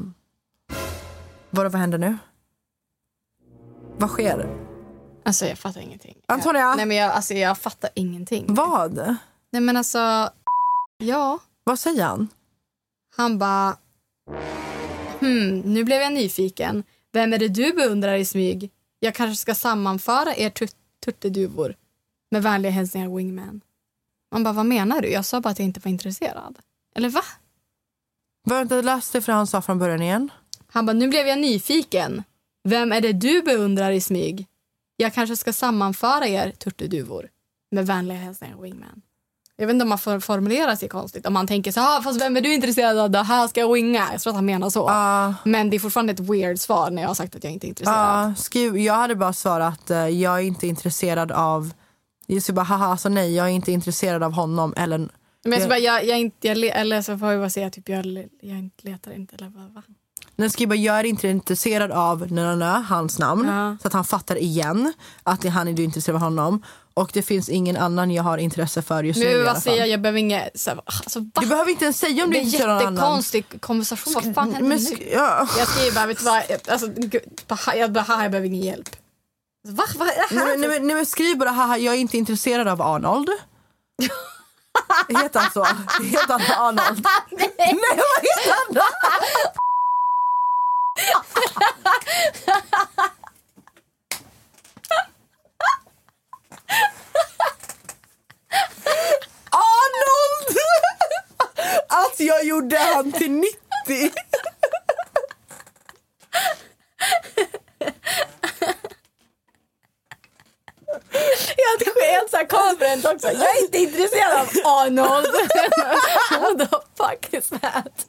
Vad händer nu? Vad sker? Alltså jag fattar ingenting. Antonia? Nej men jag fattar ingenting. Vad? Nej men alltså, ja. Vad säger han? Han bara, nu blev jag nyfiken. Vem är det du beundrar i smyg? Jag kanske ska sammanföra er turteduvor. Med vänliga hälsningar, Wingman. Man bara, vad menar du? Jag sa bara att jag inte var intresserad. Eller va? Var inte läst det för han sa från början igen? Han bara, nu blev jag nyfiken. Vem är det du beundrar i smyg? Jag kanske ska sammanföra er turteduvor. Med vänliga hälsningar, Wingman. Jag vet inte om man får formulera sig konstigt. Om man tänker så här, fast vem är du intresserad av? Det här ska jag winga. Jag tror att han menar så. Men det är fortfarande ett weird svar när jag har sagt att jag inte är intresserad. Jag hade bara svarat att jag är inte intresserad av... Jag ska bara, alltså nej, jag är inte intresserad av honom. Eller... Men jag ska bara, jag inte... eller så får jag bara säga typ, jag inte letar inte. Eller va? Jag är inte intresserad av hans namn. Så att han fattar igen att det han är du intresserad av honom. Och det finns ingen annan jag har intresse för just nu i alla fall. Jag behöver inget... Alltså, du behöver inte ens säga om du inte är jättekonstig konversation. Vad fan händer nu? Ja. Jag skriver bara, vet du vad? Alltså, jag behöver ingen hjälp. Va? Nej, men skriv bara, haha, jag är inte intresserad av Arnold. Heter han så? Heter han Arnold? Nej, vad heter han då? Arnold! Att jag gjorde han till 90. Jag är helt så här confident också. Jag är inte intresserad av Arnold. What the fuck is that?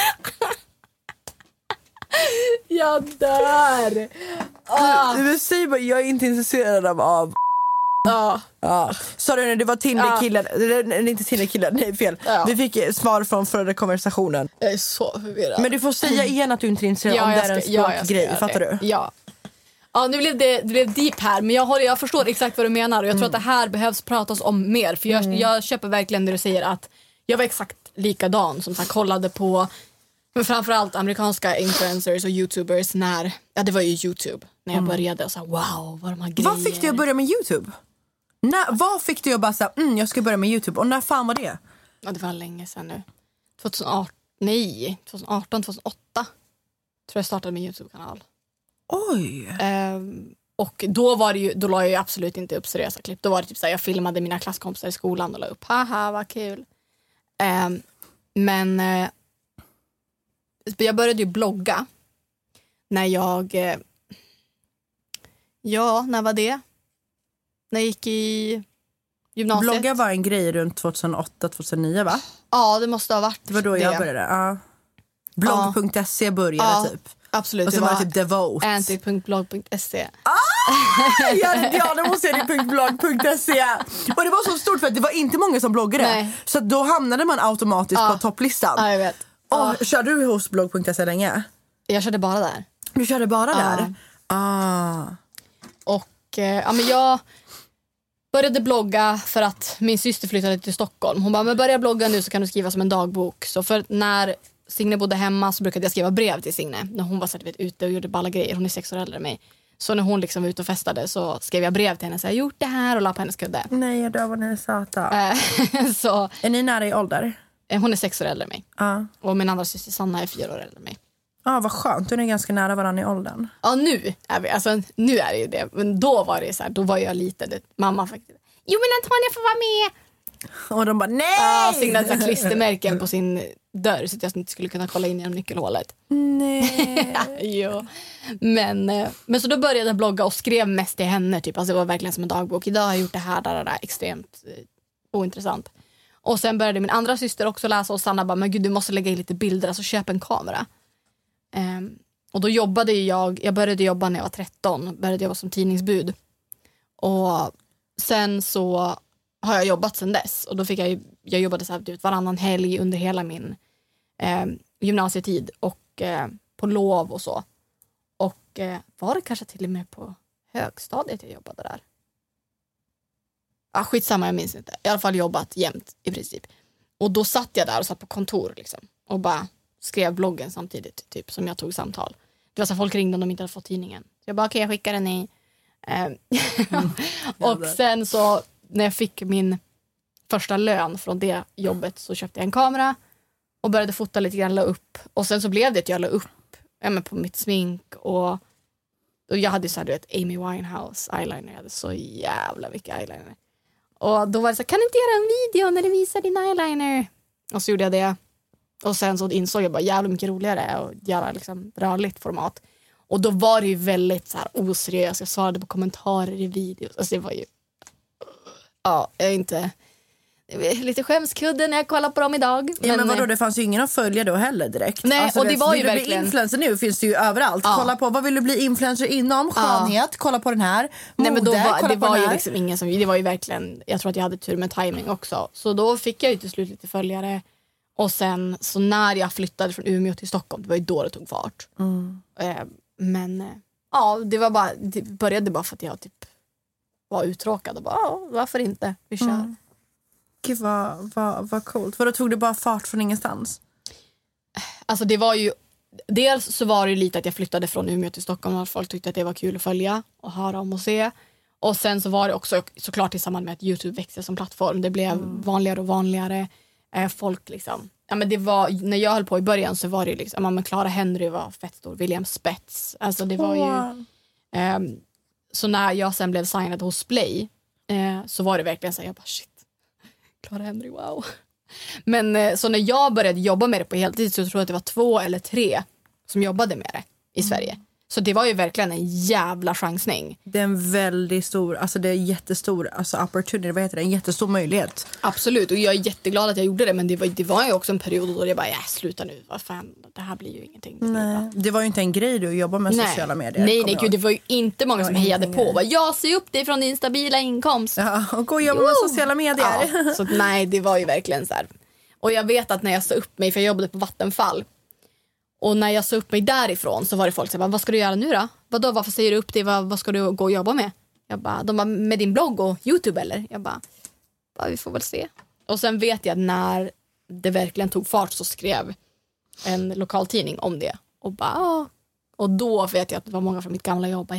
Jag dör. Du säger bara, jag är inte intresserad av Sorry, det var Tinder-killen. Inte Tinder-killen, nej fel. Vi fick svar från förra konversationen. Jag är så förvirrad. Men du får säga igen att du inte är intresserad om det är en språkgrej, fattar du? Ja, nu blev det deep här. Men jag förstår exakt vad du menar. Och jag tror att det här behövs pratas om mer. För jag köper verkligen när du säger att jag var exakt likadan. Som sagt, kollade på, men framförallt amerikanska influencers och youtubers när, det var ju YouTube. När jag började och sa, wow, vad de här grejer. Vad fick du att börja med YouTube? Vad fick du att bara säga, jag ska börja med YouTube? Och när fan var det? Ja, det var länge sedan nu. 2018, 2008 tror jag startade min YouTube-kanal. Oj. Och då var det ju, då la jag ju absolut inte upp seriösa klipp. Då var det typ så här, jag filmade mina klasskompisar i skolan och la upp, haha vad kul. Men jag började ju blogga när jag när var det? När jag gick i gymnasiet. Blogga var en grej runt 2008-2009 va? Ja, det måste ha varit det. Var då jag började, ja. Blogg.se började typ. Absolut. Och så var det typ Devote. Anti.blogg.se. Ja, det måste jag det .blogg.se. Och det var så stort för att det var inte många som bloggade. Nej. Så då hamnade man automatiskt på topplistan. Ja, jag vet. Körde du hos blogg.se länge? Jag körde bara där. Du körde bara där? Och men jag började blogga för att min syster flyttade till Stockholm. Hon bara, men börja blogga nu så kan du skriva som en dagbok. Så för när Signe bodde hemma så brukade jag skriva brev till Signe. När hon var så ute och gjorde balla grejer. Hon är 6 år äldre än mig. Så när hon liksom var ute och festade så skrev jag brev till henne. Så jag gjort det här och la på hennes kudde. Nej, då var ni söta. Så, är ni nära i ålder? Hon är 6 år äldre än mig. Och min andra syster Sanna är 4 år äldre än mig. Vad skönt, du är ganska nära varandra i åldern. Ja, nu är vi, alltså nu är det ju det. Men då var det så här, då var jag liten. Mamma faktiskt. Jo, men Antonia får vara med. Och de bara, nej! Signade klistermärken på sin dörr så att jag inte skulle kunna kolla in genom nyckelhålet. Nej. Jo. Men så då började jag blogga och skrev mest till henne. Typ. Alltså det var verkligen som en dagbok. Idag har jag gjort det här, där, extremt ointressant. Och sen började min andra syster också läsa och Sanna bara, men gud, du måste lägga in lite bilder, alltså köp en kamera. Och då jobbade jag började jobba när jag var 13, började jobba som tidningsbud. Och sen så har jag jobbat sen dess. Och då fick jag jobbade så här varannan helg under hela min gymnasietid och på lov och så. Och var det kanske till och med på högstadiet jag jobbade där? Skitsamma, jag minns inte. I alla fall jobbat jämt i princip. Och då satt jag där och satt på kontor liksom. Och bara skrev bloggen samtidigt typ som jag tog samtal. Det var så folk ringde om de inte hade fått tidningen. Så jag bara okej, jag skickar den i. Och sen så när jag fick min första lön från det jobbet så köpte jag en kamera och började fota lite grann, la upp. Och sen så blev det att jag la upp på mitt smink och jag hade så här, du vet, Amy Winehouse eyeliner. Jag hade så jävla mycket eyeliner. Och då var det så här, kan du inte göra en video när du visar din eyeliner? Och så gjorde jag det. Och sen så insåg jag bara jävla mycket roligare att göra liksom rörligt format. Och då var det ju väldigt så här oseriöst. Jag svarade på kommentarer i videos. Alltså det var ju... Ja, jag är inte... Lite skämskudden när jag kollar på dem idag. Men vadå, det fanns ju ingen att följa då heller direkt. Nej, alltså, och det var ju verkligen... Vill du bli influencer nu finns det ju överallt. Kolla på, vad vill du bli influencer inom? Skönhet, kolla på den här. Mode, nej, men då det var ju här. liksom ingen som... Det var ju verkligen... Jag tror att jag hade tur med timing också. Så då fick jag ju till slut lite följare. Och sen så när jag flyttade från Umeå till Stockholm, det var ju då det tog fart. Men ja, det började bara för att jag typ var uttråkad och bara, varför inte? Vi kör. Gud vad coolt. För då tog det bara fart från ingenstans? Alltså det var ju, dels så var det ju lite att jag flyttade från Umeå till Stockholm och folk tyckte att det var kul att följa och höra om och se. Och sen så var det också såklart i samband med att YouTube växte som plattform. Det blev vanligare och vanligare. Folk liksom, ja men det var, när jag höll på i början så var det liksom, men Clara Henry var fett stor, William Spets, alltså det var ju så när jag sen blev signad hos Play så var det verkligen så här, jag bara shit, Clara Henry, wow. Men så när jag började jobba med det på heltid så tror jag att det var 2 eller 3 som jobbade med det i Sverige. Så det var ju verkligen en jävla chansning. Det är en väldigt stor, alltså det är jättestor, alltså opportunity, vad heter det? En jättestor möjlighet. Absolut, och jag är jätteglad att jag gjorde det, men det var ju också en period då jag bara, sluta nu, vad fan, det här blir ju ingenting. Nej, det var ju inte en grej du att jobba med sociala medier. Nej, gud, det var ju inte många som hejade på. Jag ser upp dig från din stabila inkomst. Ja, och gå och jobba med sociala medier. Ja, så nej, det var ju verkligen så här. Och jag vet att när jag sa upp mig, för jag jobbade på Vattenfall, och när jag sa upp mig därifrån så var det folk som bara, vad ska du göra nu då? Vadå, varför säger du upp dig? Vad ska du gå och jobba med? Jag bara, de bara, med din blogg och YouTube eller? Jag bara, vi får väl se. Och sen vet jag när det verkligen tog fart så skrev en lokaltidning om det. Och bara, och då vet jag att det var många från mitt gamla jobb.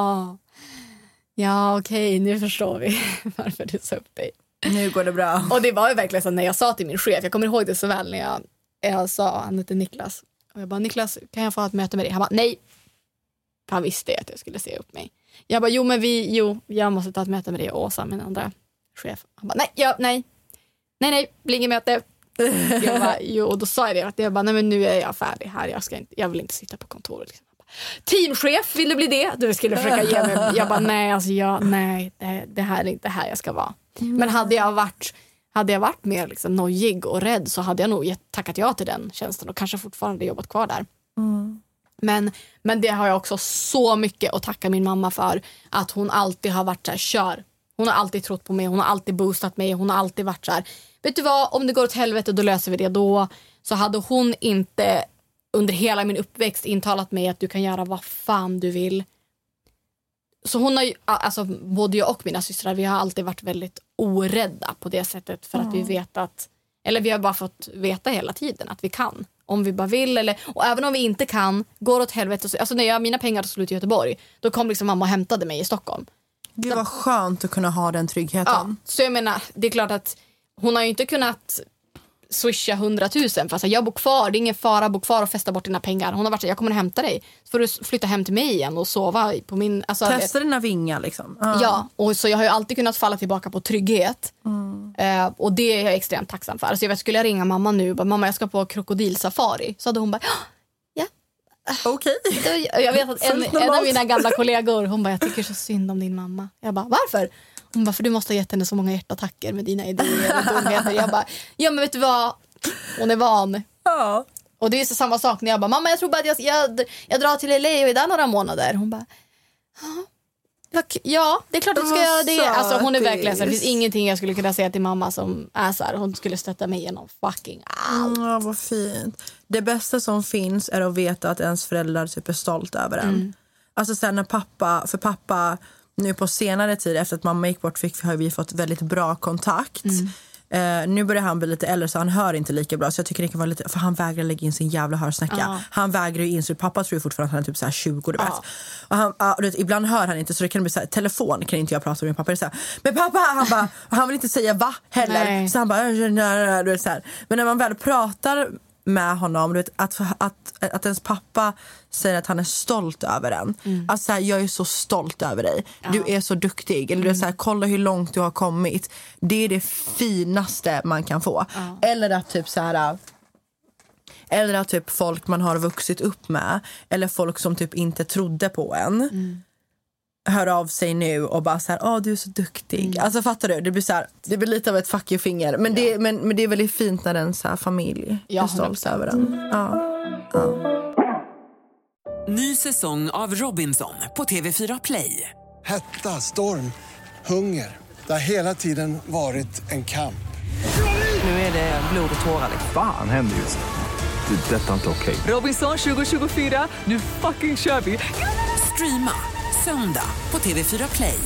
Ja, okej, nu förstår vi varför du sa upp dig. Nu går det bra. Och det var ju verkligen så när jag sa till min chef, jag kommer ihåg det så väl när jag sa, han heter Niklas. Och jag bara, Niklas, kan jag få ett möte med dig? Han bara, nej. Han visste att jag skulle se upp mig. Jag bara, jag måste ta ett möte med dig och Åsa, min andra chef. Han bara, nej, blir inget möte. Jag bara, och då sa jag det. Att jag bara, nej men nu är jag färdig här. Jag vill inte sitta på kontoret. Liksom. Teamchef, vill du bli det? Du skulle försöka ge mig. Jag bara, nej, det här är inte här jag ska vara. Men hade hade jag varit mer liksom nojig och rädd så hade jag nog tackat ja till den tjänsten och kanske fortfarande jobbat kvar där. Men det har jag också så mycket att tacka min mamma för, att hon alltid har varit så här, kör. Hon har alltid trott på mig, hon har alltid boostat mig, hon har alltid varit så här, vet du vad, om det går åt helvete då löser vi det då. Så hade hon inte under hela min uppväxt intalat mig att du kan göra vad fan du vill. Så hon har ju, alltså både jag och mina systrar, vi har alltid varit väldigt orädda på det sättet, för att vi vet att, eller vi har bara fått veta hela tiden att vi kan. Om vi bara vill, eller, och även om vi inte kan, går åt helvete. Alltså när mina pengar tog slut i Göteborg, då kom liksom mamma och hämtade mig i Stockholm. Gud vad skönt att kunna ha den tryggheten. Ja, så jag menar, det är klart att hon har ju inte kunnat swisha 100 000 för alltså, jag bor kvar, det är ingen fara, bo kvar och festa bort dina pengar. Hon har varit så, jag kommer att hämta dig så får du flytta hem till mig igen och sova på min, alltså, testa dina vingar liksom. Ja, och så jag har ju alltid kunnat falla tillbaka på trygghet. Och det är jag extremt tacksam för. Alltså jag vet, skulle jag ringa mamma nu och bara, mamma jag ska på krokodilsafari, så hade hon bara, ja. Okej. Jag vet att en av mina gamla kollegor, hon bara, jag tycker så synd om din mamma. Jag bara, varför? Hon bara, för du måste ha gett henne så många hjärtattacker med dina idéer och dumheter. Jag bara, ja men vet du vad? Hon är van. Ja. Och det är så samma sak när jag bara, mamma jag tror bara att jag drar till LA och är där några månader. Hon bara, ja det är klart att du ska göra det. Alltså hon är verkligen så här, det finns ingenting jag skulle kunna säga till mamma som är så här, hon skulle stötta mig genom fucking allt. Ja, vad fint. Det bästa som finns är att veta att ens föräldrar typ är stolt över en. Alltså sen när pappa nu på senare tid efter att mamma gick bort har vi fått väldigt bra kontakt. Nu börjar han bli lite äldre så han hör inte lika bra, så jag tycker det kan vara lite, för han vägrar lägga in sin jävla hörsnäcka. Han vägrar ju in, så pappa tror ju fortfarande att han är typ så här 20, du vet. Och han, ibland hör han inte, så det kan bli så här, telefon kan inte jag prata med min pappa, det är så här, men pappa, han bara, han vill inte säga va heller. Nej. Så han bara, du vet så här. Men när man väl pratar med honom, du vet, att ens pappa säger att han är stolt över en. Alltså så här, jag är så stolt över dig. Du är så duktig. Eller du är så här, kolla hur långt du har kommit. Det är det finaste man kan få. Eller att typ så här, eller att typ folk man har vuxit upp med, eller folk som typ inte trodde på en. Hör av sig nu och bara så här, du är så duktig. Alltså fattar du? Det blir så här, det blir lite av ett fuck you finger. Men det är väldigt fint när en så här familj är stolt över den. Ny säsong av Robinson på TV4 Play. Hetta, storm, hunger. Det har hela tiden varit en kamp. Nu är det blod och tårar. Fan händer just det. Det är detta inte okej. Robinson 2024, nu fucking kör vi. Streama söndag på TV4 Play.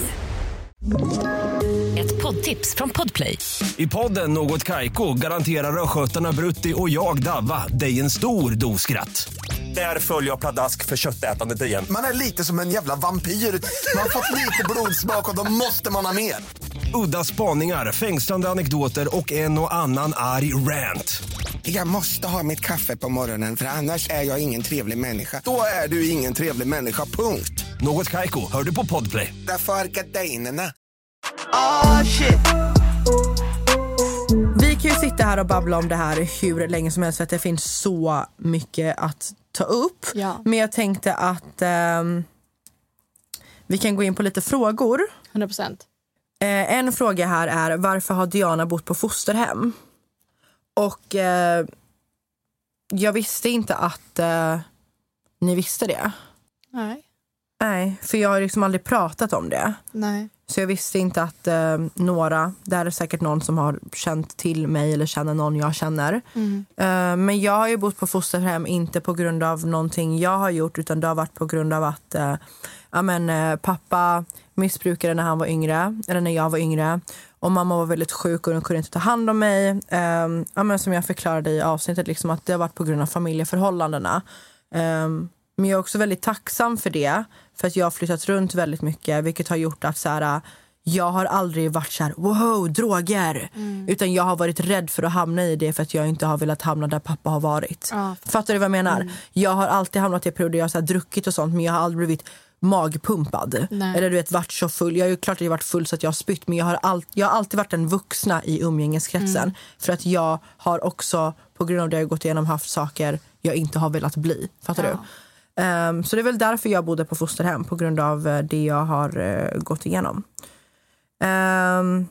Ett poddtips från Podplay. I podden Något Kaiko garanterar röskötarna Brutti och jag Davva dig en stor doskratt. Där följer jag pladask för köttätandet igen. Man är lite som en jävla vampyr. Man har fått lite blodsmak och då måste man ha mer. Udda spaningar, fängslande anekdoter och en och annan arg rant. Jag måste ha mitt kaffe på morgonen, för annars är jag ingen trevlig människa. Då är du ingen trevlig människa, punkt. Något Kaiko, hör du på Podplay. Därför är gardinerna. Shit. Vi kan ju sitta här och babbla om det här hur länge som helst, för att det finns så mycket att ta upp. Men jag tänkte att vi kan gå in på lite frågor. 100%. En fråga här är, varför har Diana bott på fosterhem? Och jag visste inte att ni visste det. Nej, för jag har liksom aldrig pratat om det. Nej. Så jag visste inte att det är säkert någon som har känt till mig eller känner någon jag känner. Men jag har ju bott på fosterhem inte på grund av någonting jag har gjort, utan det har varit på grund av att pappa missbrukade när han var yngre, eller när jag var yngre. Och mamma var väldigt sjuk och hon kunde inte ta hand om mig. Som jag förklarade i avsnittet, liksom, att det har varit på grund av familjeförhållandena. Men jag är också väldigt tacksam för det. För att jag har flyttat runt väldigt mycket. Vilket har gjort att så här, jag har aldrig varit så här, wow, droger. Utan jag har varit rädd för att hamna i det, för att jag inte har velat hamna där pappa har varit. Fattar du vad jag menar? Jag har alltid hamnat i perioder jag har så här, druckit och sånt. Men jag har aldrig blivit magpumpad. Eller du vet, varit så full. Jag har ju klart att jag har varit full så att jag har spytt. Men jag har alltid varit den vuxna i umgängeskretsen. För att jag har också, på grund av det jag har gått igenom, haft saker jag inte har velat bli. Fattar du? Så det är väl därför jag bodde på fosterhem, på grund av det jag har gått igenom.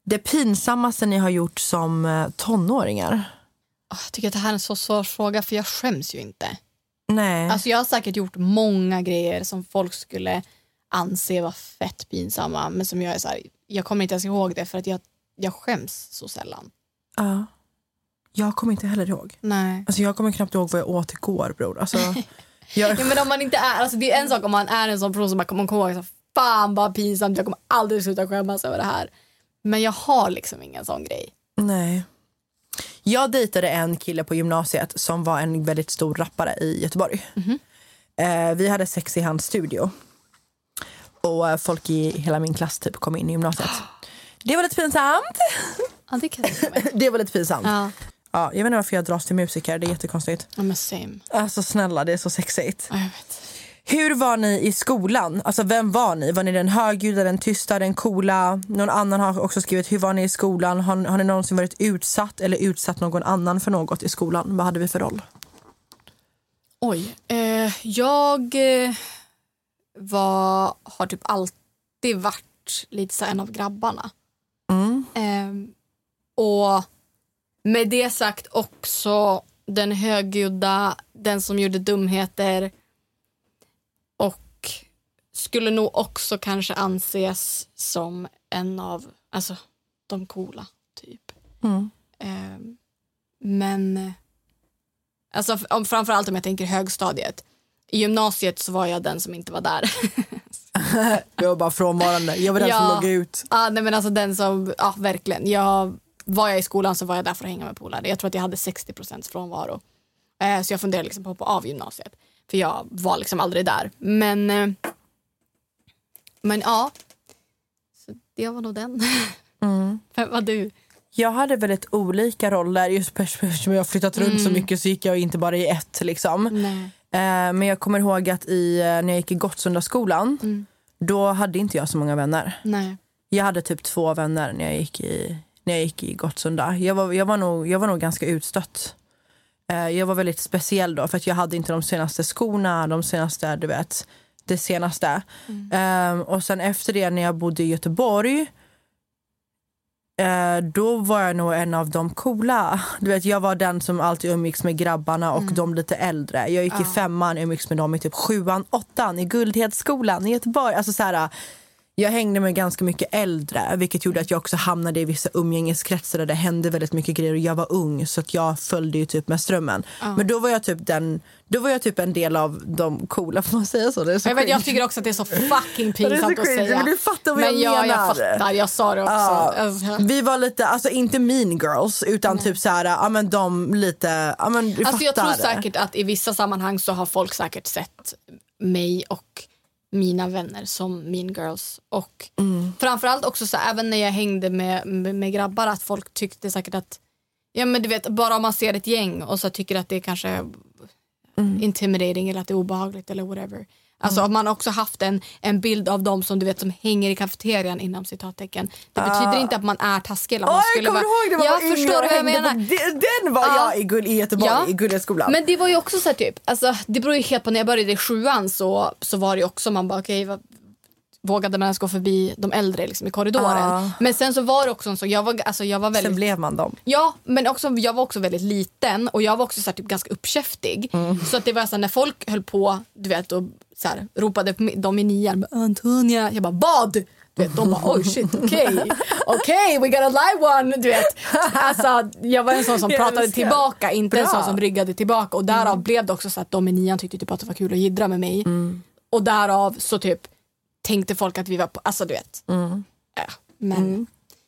Det pinsammaste ni har gjort som tonåringar? Jag tycker att det här är en så svår fråga, för jag skäms ju inte. Nej. Alltså jag har säkert gjort många grejer som folk skulle anse var fett pinsamma, men som jag är så här, jag kommer inte ens ihåg det för att jag skäms så sällan. Ja. Jag kommer inte heller ihåg. Nej. Alltså jag kommer knappt ihåg vad jag åt igår, bror. Alltså, ja, men om man inte är, alltså det är en sak om man är en sån person som man kommer ihåg så fan vad pinsamt, jag kommer aldrig sluta skämmas över det här. Men jag har liksom ingen sån grej. Nej. Jag dejtade en kille på gymnasiet som var en väldigt stor rappare i Göteborg. Vi hade sex i hans studio. Och folk i hela min klass typ kom in i gymnasiet. Det var lite pinsamt. Ja, det kan jag det var lite pinsamt. Ja. Ja, jag vet inte varför jag dras till musiker, det är jättekonstigt. Ja, men same. Alltså snälla, det är så sexigt. Ja, jag vet. Hur var ni i skolan? Alltså vem var ni? Var ni den högljudda, den tysta, den coola? Någon annan har också skrivit, hur var ni i skolan? Har ni någonsin varit utsatt eller utsatt någon annan för något i skolan? Vad hade vi för roll? Oj, jag har typ alltid varit lite så en av grabbarna. Och med det sagt också den högljudda, den som gjorde dumheter, och skulle nog också kanske anses som en av de coola typ. Men alltså framförallt om jag tänker högstadiet. I gymnasiet så var jag den som inte var där. Jag var bara frånvarande. Jag var den som låg ut. Ja, nej, men alltså den som, verkligen. Var jag i skolan så var jag där för att hänga med polare. Jag tror att jag hade 60% frånvaro. Så jag funderade liksom på att hoppa av gymnasiet. För jag var liksom aldrig där. Men ja. Så det var nog den. Vem var du? Jag hade väldigt olika roller. Just eftersom jag har flyttat runt så mycket så gick jag inte bara i ett liksom. Men jag kommer ihåg att när jag gick i Gottsundaskolan då hade inte jag så många vänner. Nej. Jag hade typ 2 vänner när jag gick i Gottsunda. Jag var nog ganska utstött. Jag var väldigt speciell då för att jag hade inte de senaste skorna, de senaste, du vet, det senaste. Och sen efter det när jag bodde i Göteborg då var jag nog en av de coola. Du vet, jag var den som alltid umgicks med grabbarna och de lite äldre. Jag gick i 5:an, umgicks med dem i typ 7:an, 8:an i Guldhedsskolan i Göteborg. Alltså så här, jag hängde med ganska mycket äldre, vilket gjorde att jag också hamnade i vissa umgängeskretsar där det hände väldigt mycket grejer och jag var ung så att jag följde ju typ med strömmen. Men då var jag typ en del av de coola, får man säga så? Det är så jag tycker också att det är så fucking pinsamt att säga. Men du fattar vad jag menar. Jag fattar, jag sa det också. Vi var lite, alltså inte mean girls utan typ så här, ja men de lite, ja men du fattar. Jag tror säkert att i vissa sammanhang så har folk säkert sett mig och mina vänner som mean girls. Och framförallt också så även när jag hängde med grabbar, att folk tyckte säkert att, ja men du vet, bara om man ser ett gäng och så tycker att det är kanske intimidating eller att det är obehagligt eller whatever. Alltså om man också haft en bild av dem som du vet som hänger i kafeterian inom citattecken. Det betyder inte att man är taskig eller man skulle vara. Jag förstår vad jag menar. Den var jag i Göteborg i Guldhedsskolan. Men det var ju också så här typ, alltså det beror ju helt på, när jag började i 7:an så var det ju också, man bara okej, vågade man ens gå förbi de äldre liksom i korridoren. Men sen så var det också så jag var väldigt, sen blev man dem. Ja, men också jag var också väldigt liten och jag var också så här, typ ganska uppkäftig. Så att det var så här, när folk höll på, du vet, och så här, ropade på dem i 9:an, Antonia, jag bara vad? Du vet, de bara oj shit, okej, we got a live one, du vet. Alltså jag var en sån som pratade tillbaka, inte en sån som ryggade tillbaka, och därav blev det också så att de i 9:an tyckte typ att det var kul att jiddra med mig. Och därav så typ tänkte folk att vi var på, alltså du vet. Men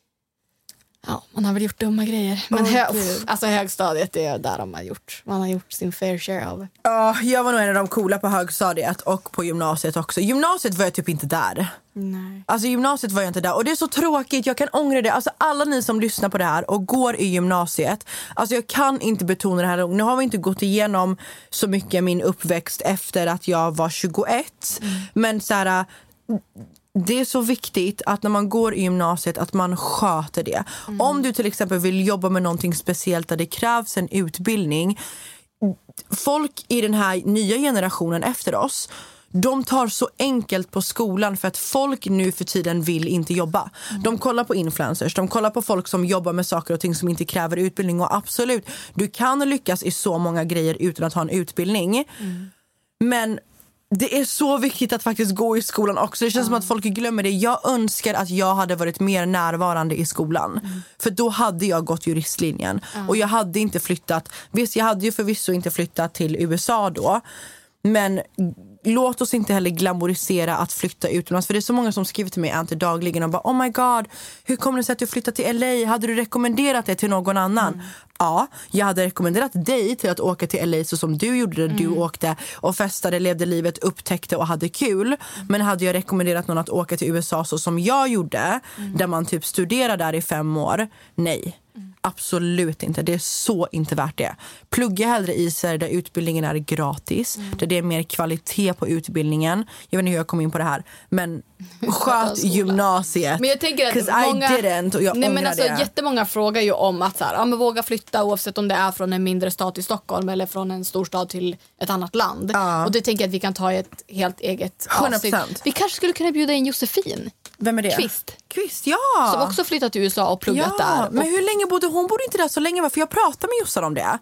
ja, man har väl gjort dumma grejer. Men alltså högstadiet, det är där man har gjort sin fair share av. Ja, jag var nog en av de coola på högstadiet och på gymnasiet också. Gymnasiet var jag typ inte där. Nej. Alltså gymnasiet var jag inte där. Och det är så tråkigt, jag kan ångra det. Alltså alla ni som lyssnar på det här och går i gymnasiet, alltså jag kan inte betona det här. Nu har vi inte gått igenom så mycket min uppväxt efter att jag var 21. Men så här, det är så viktigt att när man går i gymnasiet att man sköter det. Om du till exempel vill jobba med någonting speciellt där det krävs en utbildning, folk i den här nya generationen efter oss, de tar så enkelt på skolan för att folk nu för tiden vill inte jobba. De kollar på influencers, de kollar på folk som jobbar med saker och ting som inte kräver utbildning. Och absolut, du kan lyckas i så många grejer utan att ha en utbildning. Men det är så viktigt att faktiskt gå i skolan också. Det känns som att folk glömmer det. Jag önskar att jag hade varit mer närvarande i skolan. För då hade jag gått juristlinjen. Och jag hade inte flyttat. Visst, jag hade ju förvisso inte flyttat till USA då. Men låt oss inte heller glamorisera att flytta utomlands. För det är så många som skriver till mig dagligen och bara, oh my god, hur kommer det sig att du flyttat till LA? Hade du rekommenderat det till någon annan? Ja, jag hade rekommenderat dig till att åka till LA så som du gjorde det. Du åkte och festade, levde livet, upptäckte och hade kul. Men hade jag rekommenderat någon att åka till USA så som jag gjorde, där man typ studerar där i 5 år? Nej. Absolut inte. Det är så inte värt det. Plugga hellre i sig där utbildningen är gratis. Där det är mer kvalitet på utbildningen. Jag vet inte hur jag kom in på det här. Men sköt gymnasiet. Men jag tänker att jättemånga frågar ju om att så här, men våga flytta oavsett om det är från en mindre stad till Stockholm eller från en storstad till ett annat land. Och det tänker jag att vi kan ta i ett helt eget avsnitt. 100%. Vi kanske skulle kunna bjuda in Josefin. Vem är det? Kvist, ja. Som också flyttat till USA och pluggat där. Men hur länge bodde hon? Bodde inte där så länge, för jag pratade med Jossan om det.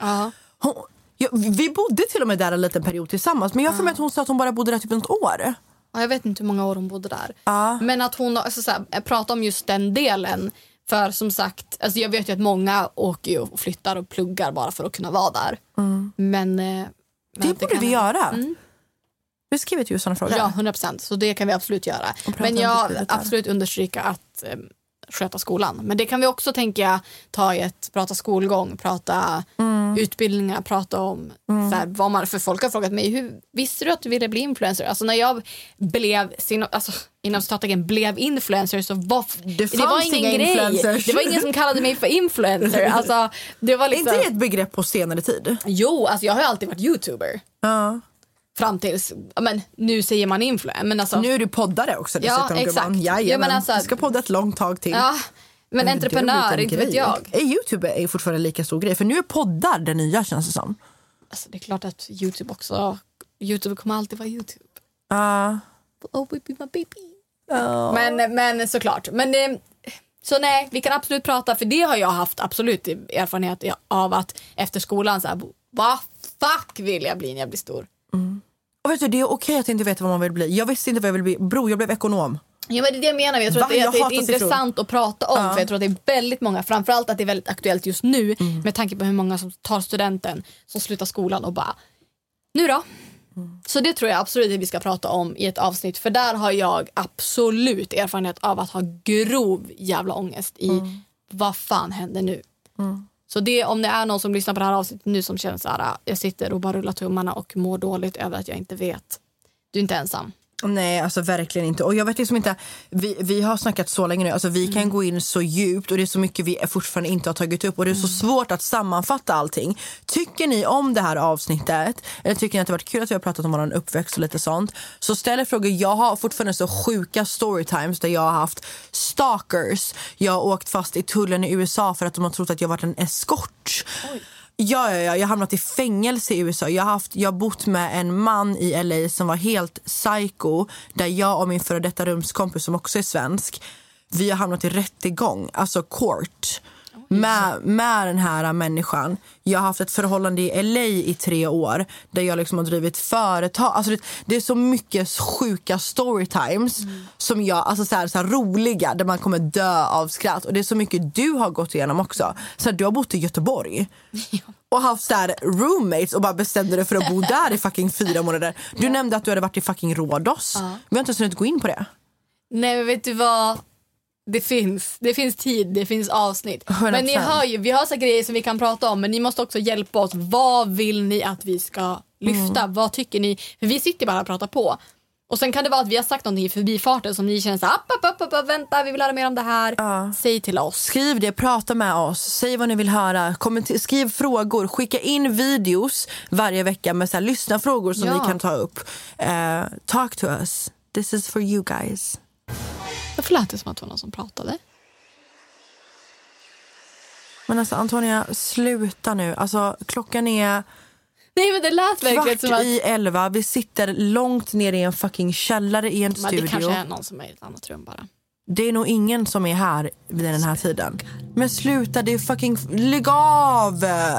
Vi bodde till och med där en liten period tillsammans. Men jag får med att hon sa att hon bara bodde där typ ett år. Ja, jag vet inte hur många år hon bodde där. Men att hon pratar om just den delen. För som sagt, alltså jag vet ju att många åker ju och flyttar och pluggar bara för att kunna vara där. Men det borde vi göra. Vi skriver till sådana frågor. Ja, 100%. Så det kan vi absolut göra. Men jag absolut understryka att sköta skolan. Men det kan vi också tänka ta i ett prata skolgång, prata utbildningar, prata om så här, vad man, för folk har frågat mig, hur visste du att du ville bli influencer? Alltså när jag blev inom startagen blev influencer så det var ingen grej. Influencers. Det var ingen som kallade mig för influencer. Alltså, det var liksom... Inte det ett begrepp på senare tid? Jo, alltså jag har alltid varit YouTuber. Fram tills, men nu säger man influencer. Men alltså, nu är du poddare också dessutom. Ja, exakt. Ja, men alltså, du ska podda ett långt tag till. Ja, men entreprenör, inte vet jag. YouTube är fortfarande lika stor grej. För nu är poddar det nya, känns det som. Alltså det är klart att YouTube också, YouTube kommer alltid vara YouTube. Oh baby, my baby. Men såklart. Men så nej, vi kan absolut prata. För det har jag haft absolut erfarenhet av att efter skolan så här, vad fuck vill jag bli när jag blir stor? Och vet du, det är okej att inte veta vad man vill bli. Jag visste inte vad jag ville bli. Bro, jag blev ekonom. Ja, men det menar vi. Jag tror att det är intressant att prata om. För jag tror att det är väldigt många, framförallt att det är väldigt aktuellt just nu. Med tanke på hur många som tar studenten, som slutar skolan och bara, nu då? Så det tror jag absolut att vi ska prata om i ett avsnitt. För där har jag absolut erfarenhet av att ha grov jävla ångest i vad fan händer nu? Så det, om det är någon som lyssnar på det här avsnittet nu som känner så här, jag sitter och bara rullar tummarna och mår dåligt över att jag inte vet. Du är inte ensam. Nej, alltså verkligen inte. Och jag vet liksom inte, vi har snackat så länge nu. Alltså vi kan gå in så djupt och det är så mycket vi fortfarande inte har tagit upp. Och det är så svårt att sammanfatta allting. Tycker ni om det här avsnittet? Eller tycker ni att det har varit kul att vi har pratat om vår uppväxt och lite sånt? Så ställ frågor. Jag har fortfarande så sjuka storytimes där jag har haft stalkers. Jag har åkt fast i tullen i USA för att de har trott att jag varit en eskort. Oj. Ja, jag har hamnat i fängelse i USA. Jag har bott med en man i LA som var helt psycho. Där jag och min före detta rumskompis som också är svensk, vi har hamnat i rättegång, alltså court, med den här människan. Jag har haft ett förhållande i LA i 3 år där jag liksom har drivit företag. Alltså det är så mycket sjuka storytimes som jag, alltså så här roliga, där man kommer dö av skratt. Och det är så mycket du har gått igenom också. Så här, du har bott i Göteborg och haft så här roommates och bara bestämde dig för att bo där i fucking 4 månader. Du nämnde att du hade varit i fucking Rhodos. Vi har inte ens hunnit gå in på det. Nej, men vet du vad? Det finns tid, det finns avsnitt. 100%. Men ni hör ju, vi har så grejer som vi kan prata om. Men ni måste också hjälpa oss. Vad vill ni att vi ska lyfta? Vad tycker ni? För vi sitter bara och pratar på. Och sen kan det vara att vi har sagt någonting i förbifarten som ni känner så här, vänta, vi vill höra mer om det här. Säg till oss. Skriv det, prata med oss. Säg vad ni vill höra. Skriv frågor. Skicka in videos varje vecka med så här, lyssna frågor som vi kan ta upp. Talk to us. This is for you guys. Jag förlät det som att det var någon som pratade. Men alltså Antonia, sluta nu. Alltså klockan är Nej, men det lät verkligen som att... 11, vi sitter långt ner i en fucking källare i en studio. Det kanske är någon som är i ett annat rum bara. Det är nog ingen som är här vid den här tiden. Men sluta, det är fucking... Lägg av!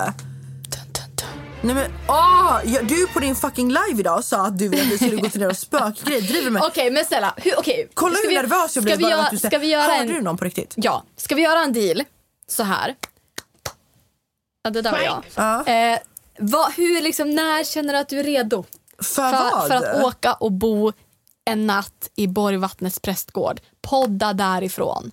Nej men, du på din fucking live idag sa att du ville att vi skulle gå till och spökgrej. Driver med. Okej, men snälla, kolla hur nervös jag blev bara att du säger. Hörde du någon på riktigt? Ja, ska vi göra en deal så här? Ja, det där var jag. Hur liksom, när känner du att du är redo? För att åka och bo en natt i Borgvattnets prästgård. Podda därifrån.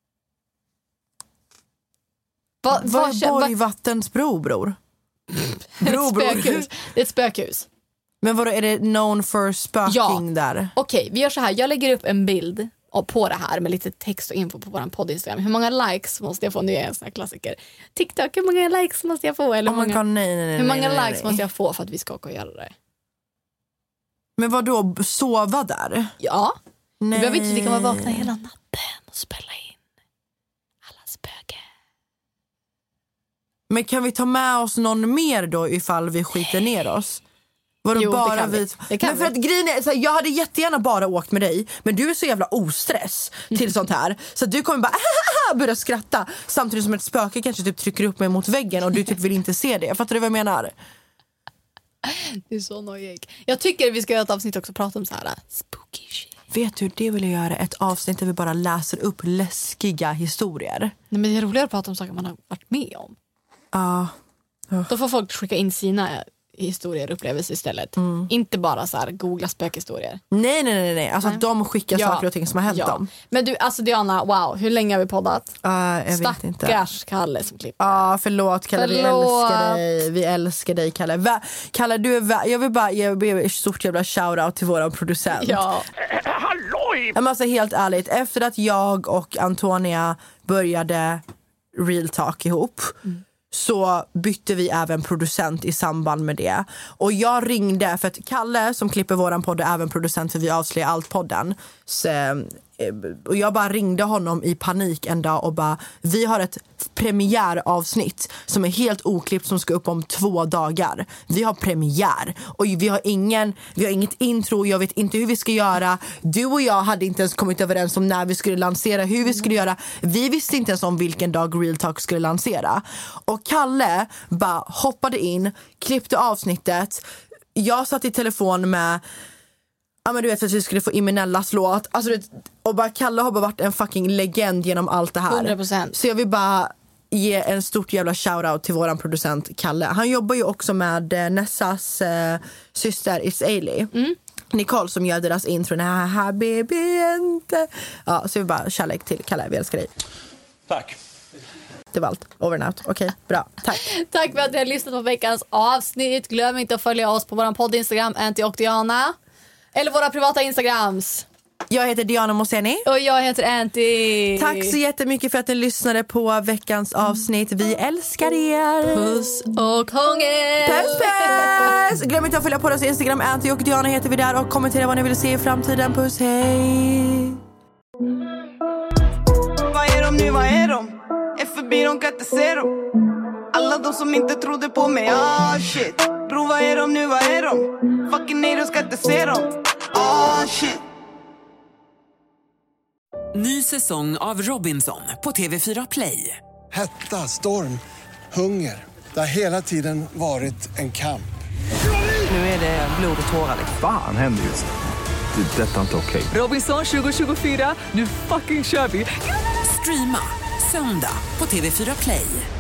Vad är Borgvattens bror? Spökhus. Det är ett spökhus. Men vadå, är det known for spöking där? Okej, vi gör så här. Jag lägger upp en bild på det här med lite text och info på vår podd Instagram. Hur många likes måste jag få? Nu är jag en sån här klassiker. TikTok, hur många likes måste jag få? Eller hur många likes måste jag få för att vi ska åka och göra det? Men vadå, sova där? Ja. Nej. Du behöver inte, vi kan vara vakna hela natten och spela in alla spöken. Men kan vi ta med oss någon mer då ifall vi skiter ner oss? Jo, bara det kan men för att grejen är, så här, jag hade jättegärna bara åkt med dig, men du är så jävla ostress till sånt här, så att du kommer bara börja skratta samtidigt som ett spöke kanske typ trycker upp mig mot väggen och du typ vill inte se det. Fattar du vad jag menar? Det är så nojig. Jag tycker vi ska göra ett avsnitt också och prata om så här spooky shit. Vet du, det vill jag göra, ett avsnitt där vi bara läser upp läskiga historier. Nej, men det är roligare att prata om saker man har varit med om. Då får folk skicka in sina historier och upplevelser istället. Inte bara så här googla spökhistorier. Nej. Alltså att de skickar saker och ting som har hänt dem. Men du, alltså Diana, wow, hur länge har vi poddat? Jag vet inte. Stackars Kalle som klipper. Förlåt Kalle, vi älskar dig. Vi älskar dig Kalle. Kalle, du är jag vill bara ge ett stort jävla shoutout till våran producent. Ja. Halloj! Men alltså helt ärligt, efter att jag och Antonia började Real Talk ihop så bytte vi även producent i samband med det. Och jag ringde, för att Kalle som klipper våran podd är även producent för Vi avslöjar allt-podden. Och jag bara ringde honom i panik en dag och bara, vi har ett premiäravsnitt som är helt oklippt som ska upp om 2 dagar. Vi har premiär och vi har inget intro, jag vet inte hur vi ska göra. Du och jag hade inte ens kommit överens om när vi skulle lansera, hur vi skulle göra. Vi visste inte ens om vilken dag Real Talk skulle lansera. Och Kalle bara hoppade in, klippte avsnittet. Jag satt i telefon med men du vet, för att vi skulle få Imenellas låt. Alltså, och bara Kalle har bara varit en fucking legend genom allt det här. 100%. Så jag vill bara ge en stort jävla shoutout till våran producent Kalle. Han jobbar ju också med Nessas syster It's Ailey. Nicole som gör deras intro. Här baby inte. Ja, så vi bara kärlek till Kalle, vi älskar dig. Tack. Det var allt. Over and out. Okej, bra. Tack. Tack för att ni har lyssnat på veckans avsnitt. Glöm inte att följa oss på våran podd Instagram, Anty och Diana. Eller våra privata Instagrams. Jag heter Diana Moseni. Och jag heter Anty. Tack så jättemycket för att ni lyssnade på veckans avsnitt. Vi älskar er. Puss och hångel. Puss, puss. Glöm inte att följa på oss Instagram. Anty och Diana heter vi där. Och kommentera vad ni vill se i framtiden. Puss, hej. Vad är de nu, vad är de? FBI, de kan inte se dem. Alla de som inte trodde på mig, shit. Bro, vad är de nu, vad är de? Fucking nej, de ska inte se dem. Shit. Ny säsong av Robinson på TV4 Play. Hetta, storm, hunger. Det har hela tiden varit en kamp. Nu är det blod och tårar. Fan händer just det. Det är detta inte okej. Robinson 2024, nu fucking kör vi. Streama söndag på TV4 Play.